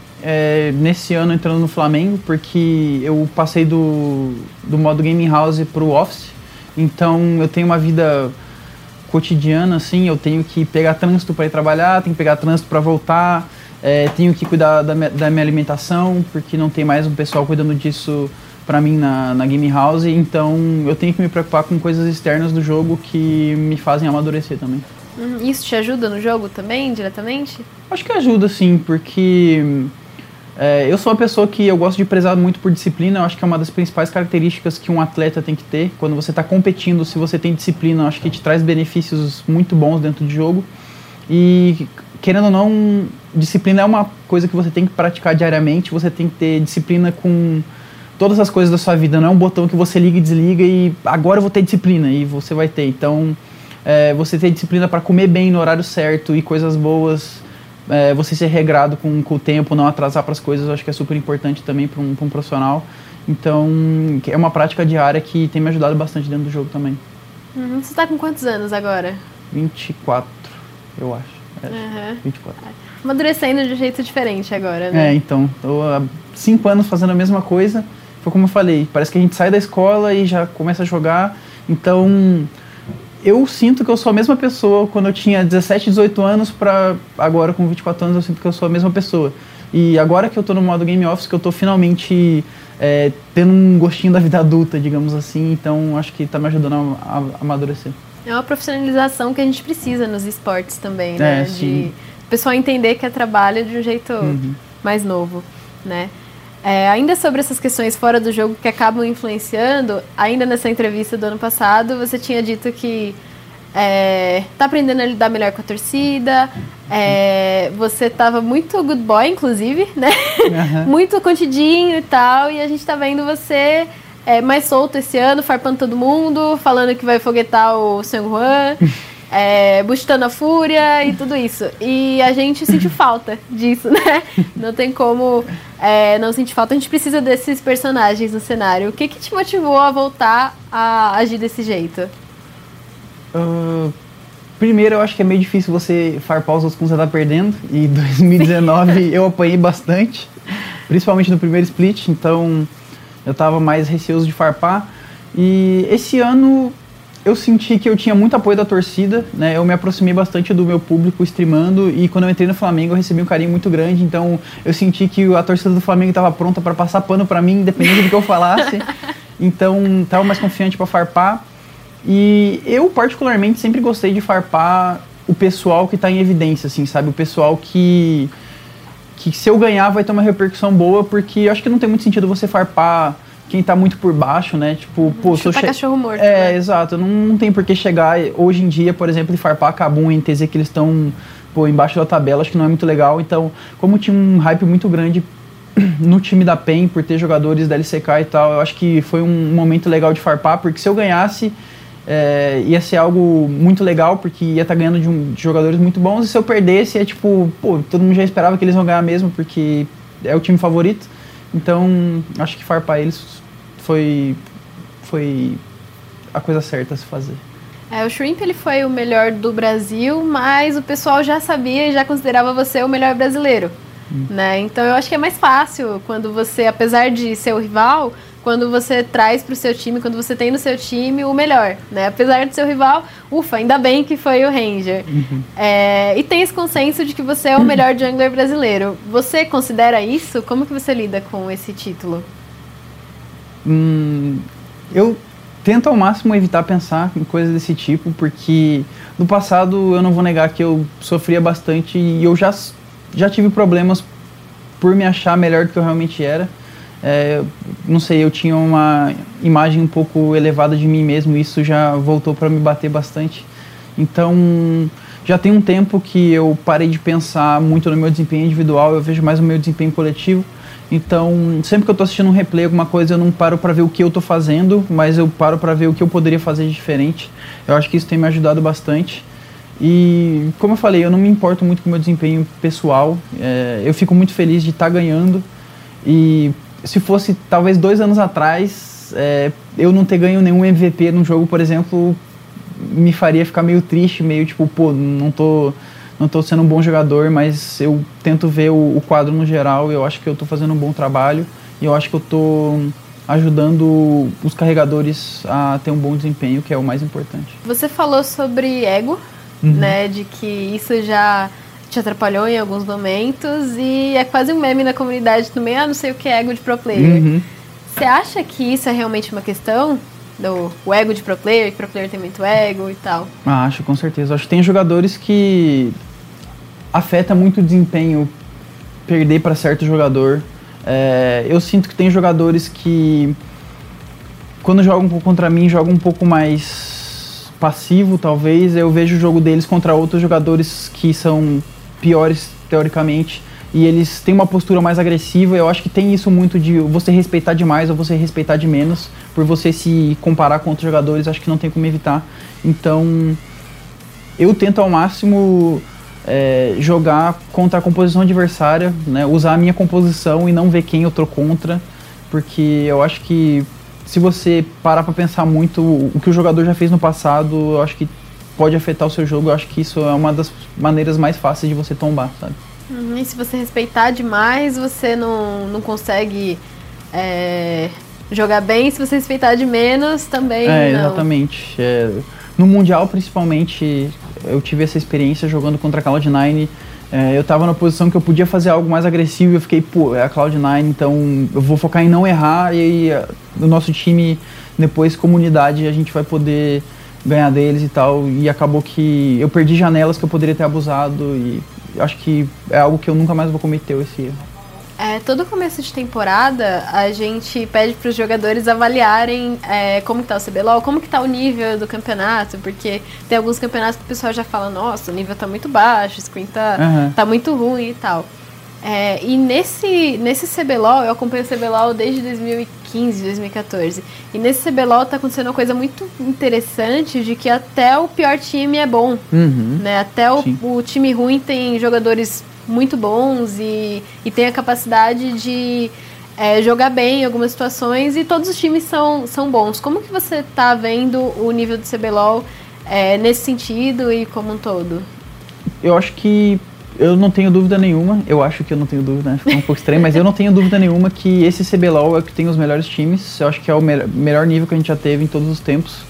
é, nesse ano entrando no Flamengo, porque eu passei do, do modo gaming house pro office. Então eu tenho uma vida cotidiana, assim, eu tenho que pegar trânsito para ir trabalhar, tenho que pegar trânsito para voltar, é, tenho que cuidar da minha, da minha alimentação, porque não tem mais um pessoal cuidando disso para mim na, na game house, então eu tenho que me preocupar com coisas externas do jogo que me fazem amadurecer também. Uhum. Isso te ajuda no jogo também, diretamente? Acho que ajuda, sim, porque É, eu sou uma pessoa que eu gosto de prezar muito por disciplina. Eu acho que é uma das principais características que um atleta tem que ter. Quando você está competindo, se você tem disciplina, eu acho que te traz benefícios muito bons dentro do jogo. E, querendo ou não, disciplina é uma coisa que você tem que praticar diariamente. Você tem que ter disciplina com todas as coisas da sua vida. Não é um botão que você liga e desliga e agora eu vou ter disciplina, e você vai ter. Então, é, você ter disciplina para comer bem no horário certo e coisas boas... É, você ser regrado com, com o tempo, não atrasar para as coisas, eu acho que é super importante também para um, um profissional. Então, é uma prática diária que tem me ajudado bastante dentro do jogo também. Uhum. Você está com quantos anos agora? vinte e quatro, eu acho. É, uhum. vinte e quatro. Amadurecendo de um jeito diferente agora, né? É, então. Estou há cinco anos fazendo a mesma coisa. Foi como eu falei, parece que a gente sai da escola e já começa a jogar. Então... eu sinto que eu sou a mesma pessoa quando eu tinha dezessete, dezoito anos para agora com vinte e quatro anos eu sinto que eu sou a mesma pessoa. E agora que eu tô no modo Game Office, que eu tô finalmente é, tendo um gostinho da vida adulta, digamos assim, então acho que tá me ajudando a, a amadurecer. É uma profissionalização que a gente precisa nos esportes também, né? É, de sim. o pessoal entender que é trabalho de um jeito uhum. mais novo, né? É, ainda sobre essas questões fora do jogo que acabam influenciando, ainda nessa entrevista do ano passado, você tinha dito que é, tá aprendendo a lidar melhor com a torcida, é, você tava muito good boy, inclusive, né? Uhum. Muito contidinho e tal, e a gente tá vendo você é, mais solto esse ano, farpando todo mundo, falando que vai foguetar o Seungwon, É, boostando a fúria e tudo isso. E a gente sentiu falta disso, né? Não tem como é, não sentir falta. A gente precisa desses personagens no cenário. O que que te motivou a voltar a agir desse jeito? Uh, primeiro, eu acho que é meio difícil você farpar os outros quando você tá perdendo. E em dois mil e dezenove eu apanhei bastante. Principalmente no primeiro split. Então, eu tava mais receoso de farpar. E esse ano... eu senti que eu tinha muito apoio da torcida, né? Eu me aproximei bastante do meu público streamando e quando eu entrei no Flamengo eu recebi um carinho muito grande, então eu senti que a torcida do Flamengo estava pronta para passar pano para mim, independente do que eu falasse. Então estava mais confiante para farpar. E eu particularmente sempre gostei de farpar o pessoal que está em evidência, assim, sabe? O pessoal que, que se eu ganhar vai ter uma repercussão boa, porque eu acho que não tem muito sentido você farpar quem tá muito por baixo, né? Tipo, pô, se eu Chupa che... cachorro morto. É, né? exato. Não, não tem por que chegar hoje em dia, por exemplo, e farpar Kabum e N T Z que eles estão, pô, embaixo da tabela. Acho que não é muito legal. Então, como tinha um hype muito grande no time da P E N por ter jogadores da L C K e tal, eu acho que foi um momento legal de farpar, porque se eu ganhasse, é, ia ser algo muito legal, porque ia estar tá ganhando de, um, de jogadores muito bons, e se eu perdesse, é tipo, pô, todo mundo já esperava que eles iam ganhar mesmo, porque é o time favorito. Então, acho que farpar eles foi, foi a coisa certa a se fazer. É, o Shrimp ele foi o melhor do Brasil, mas o pessoal já sabia e já considerava você o melhor brasileiro. Hum. Né? Então eu acho que é mais fácil quando você, apesar de ser o rival, quando você traz pro seu time, quando você tem no seu time o melhor, né? Apesar de ser o rival, ufa, ainda bem que foi o Ranger. Uhum. É, e tem esse consenso de que você é o melhor jungler brasileiro. Você considera isso? Como que você lida com esse título? Hum, eu tento ao máximo evitar pensar em coisas desse tipo, porque no passado eu não vou negar que eu sofria bastante e eu já, já tive problemas por me achar melhor do que eu realmente era. É, não sei, eu tinha uma imagem um pouco elevada de mim mesmo e isso já voltou para me bater bastante. Então, já tem um tempo que eu parei de pensar muito no meu desempenho individual, eu vejo mais o meu desempenho coletivo. Então, sempre que eu tô assistindo um replay, alguma coisa, eu não paro para ver o que eu tô fazendo, mas eu paro para ver o que eu poderia fazer de diferente. Eu acho que isso tem me ajudado bastante. E, como eu falei, eu não me importo muito com o meu desempenho pessoal. É, eu fico muito feliz de estar tá ganhando. E se fosse talvez dois anos atrás, é, eu não ter ganho nenhum M V P num jogo, por exemplo, me faria ficar meio triste, meio tipo, pô, não tô, não tô sendo um bom jogador, mas eu tento ver o, o quadro no geral e eu acho que eu tô fazendo um bom trabalho e eu acho que eu tô ajudando os carregadores a ter um bom desempenho, que é o mais importante. Você falou sobre ego, uhum. né, de que isso já te atrapalhou em alguns momentos e é quase um meme na comunidade também, ah, não sei o que é ego de pro player. Uhum. Você acha que isso é realmente uma questão? Do o ego de pro player, que pro player tem muito ego e tal? Ah, acho, com certeza. Acho que tem jogadores que afeta muito o desempenho perder para certo jogador. É, eu sinto que tem jogadores que quando jogam contra mim, jogam um pouco mais passivo, talvez. Eu vejo o jogo deles contra outros jogadores que são piores, teoricamente, e eles têm uma postura mais agressiva. Eu acho que tem isso muito de você respeitar demais ou você respeitar de menos, por você se comparar com outros jogadores, acho que não tem como evitar. Então, eu tento ao máximo é, jogar contra a composição adversária, né, usar a minha composição e não ver quem eu tô contra, porque eu acho que se você parar pra pensar muito o que o jogador já fez no passado, eu acho que pode afetar o seu jogo. Eu acho que isso é uma das maneiras mais fáceis de você tombar, sabe? Uhum, e se você respeitar demais, você não, não consegue é, jogar bem. Se você respeitar de menos, também é, não. Exatamente. É, no Mundial, principalmente, eu tive essa experiência jogando contra a Cloud nine. É, eu tava na posição que eu podia fazer algo mais agressivo e eu fiquei, pô, é a Cloud nine, então eu vou focar em não errar e aí, o nosso time, depois, comunidade, a gente vai poder ganhar deles e tal. E acabou que eu perdi janelas que eu poderia ter abusado e acho que é algo que eu nunca mais vou cometer esse erro. É, todo começo de temporada, a gente pede para os jogadores avaliarem é, como que tá o C B L O L, como que tá o nível do campeonato, porque tem alguns campeonatos que o pessoal já fala, nossa, o nível tá muito baixo, o screen tá, uhum. tá muito ruim e tal. É, e nesse, nesse C B L O L, eu acompanho o C B L O L desde dois mil e quinze, dois mil e quatorze, e nesse C B L O L tá acontecendo uma coisa muito interessante de que até o pior time é bom, uhum. né? Até o, o time ruim tem jogadores muito bons e, e tem a capacidade de é, jogar bem em algumas situações e todos os times são, são bons. Como que você tá vendo o nível do C B L O L é, nesse sentido e como um todo? Eu acho que eu não tenho dúvida nenhuma, eu acho que eu não tenho dúvida, né? Ficou um pouco estranho, mas eu não tenho dúvida nenhuma que esse C B L O L é o que tem os melhores times. Eu acho que é o me- melhor nível que a gente já teve em todos os tempos.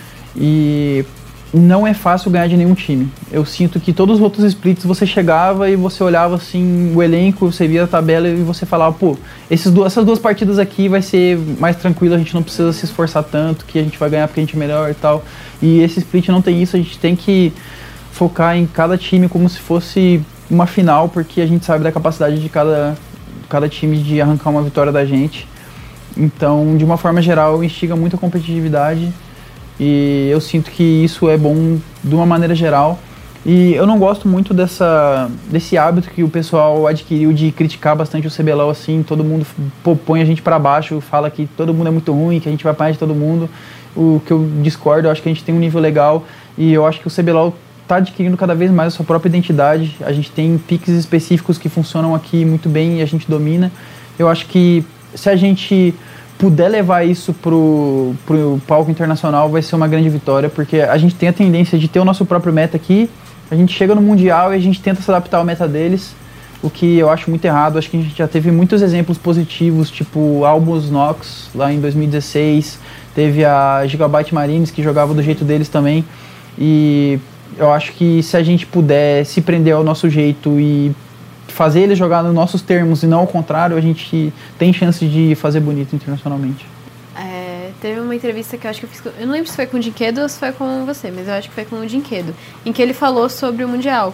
E não é fácil ganhar de nenhum time. Eu sinto que todos os outros splits você chegava e você olhava assim o elenco, você via a tabela e você falava, pô, esses duas, essas duas partidas aqui vai ser mais tranquilo, a gente não precisa se esforçar tanto, que a gente vai ganhar porque a gente é melhor e tal. E esse split não tem isso, a gente tem que focar em cada time como se fosse uma final, porque a gente sabe da capacidade de cada, cada time de arrancar uma vitória da gente. Então, de uma forma geral, instiga muito a competitividade e eu sinto que isso é bom de uma maneira geral. E eu não gosto muito dessa, desse hábito que o pessoal adquiriu de criticar bastante o C B L O L, assim, todo mundo pô, põe a gente pra baixo, fala que todo mundo é muito ruim, que a gente vai apanhar de todo mundo. O que eu discordo, eu acho que a gente tem um nível legal e eu acho que o C B L O L está adquirindo cada vez mais a sua própria identidade. A gente tem picks específicos que funcionam aqui muito bem e a gente domina. Eu acho que se a gente puder levar isso pro, pro palco internacional, vai ser uma grande vitória, porque a gente tem a tendência de ter o nosso próprio meta aqui, a gente chega no Mundial e a gente tenta se adaptar ao meta deles, o que eu acho muito errado. Acho que a gente já teve muitos exemplos positivos, tipo Albus Nox, lá em dois mil e dezesseis, teve a Gigabyte Marines, que jogava do jeito deles também, e eu acho que se a gente puder se prender ao nosso jeito e fazer eles jogar nos nossos termos e não ao contrário, a gente tem chance de fazer bonito internacionalmente. É, teve uma entrevista que eu acho que eu fiz com, eu não lembro se foi com o Dinquedo ou se foi com você, mas eu acho que foi com o Dinquedo, em que ele falou sobre o Mundial.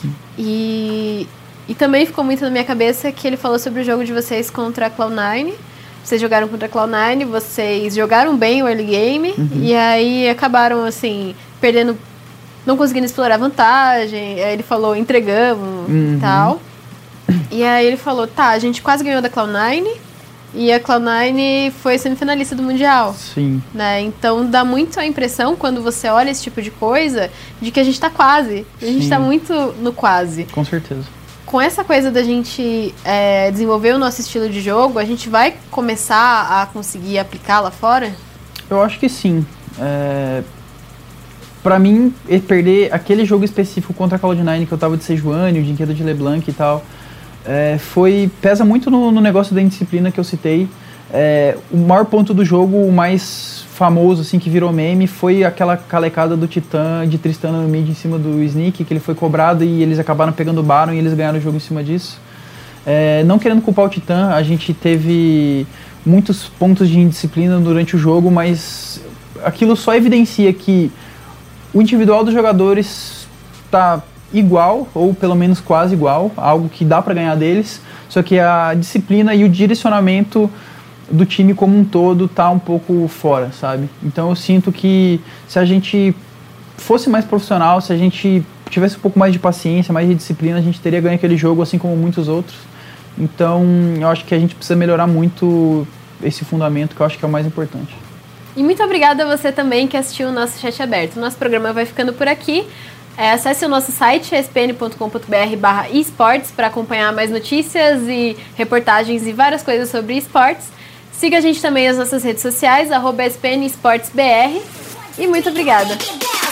E, e também ficou muito na minha cabeça que ele falou sobre o jogo de vocês contra a Cloud nine. Vocês jogaram contra a Cloud nine, vocês jogaram bem o early game, uhum. E aí acabaram, assim, perdendo, não conseguindo explorar vantagem. Aí ele falou, entregamos uhum. e tal. E aí ele falou, tá, a gente quase ganhou da Cloud nine e a Cloud nine foi semifinalista do Mundial. Sim. Né? Então dá muito a impressão, quando você olha esse tipo de coisa, de que a gente tá quase. A gente Sim. tá muito no quase. Com certeza. Com essa coisa da gente é, desenvolver o nosso estilo de jogo, a gente vai começar a conseguir aplicar lá fora? Eu acho que sim. É... Pra mim, perder aquele jogo específico contra a Cloud nine, que eu tava de Sejuani, o Dinquedo de LeBlanc e tal, é, foi, pesa muito no, no negócio da indisciplina que eu citei. É, o maior ponto do jogo, o mais famoso, assim, que virou meme, foi aquela calecada do Titã de Tristana no mid em cima do Sneak, que ele foi cobrado e eles acabaram pegando o Baron e eles ganharam o jogo em cima disso. É, não querendo culpar o Titã, a gente teve muitos pontos de indisciplina durante o jogo, mas aquilo só evidencia que o individual dos jogadores está igual, ou pelo menos quase igual, algo que dá para ganhar deles, só que a disciplina e o direcionamento do time como um todo tá um pouco fora, sabe? Então eu sinto que se a gente fosse mais profissional, se a gente tivesse um pouco mais de paciência, mais de disciplina, a gente teria ganho aquele jogo, assim como muitos outros. Então eu acho que a gente precisa melhorar muito esse fundamento, que eu acho que é o mais importante. E muito obrigada a você também que assistiu o nosso chat aberto. O nosso programa vai ficando por aqui. É, acesse o nosso site, s p n ponto com ponto b r barra esportes, para acompanhar mais notícias e reportagens e várias coisas sobre esportes. Siga a gente também nas nossas redes sociais, arroba S P N Esportes B R. E muito obrigada!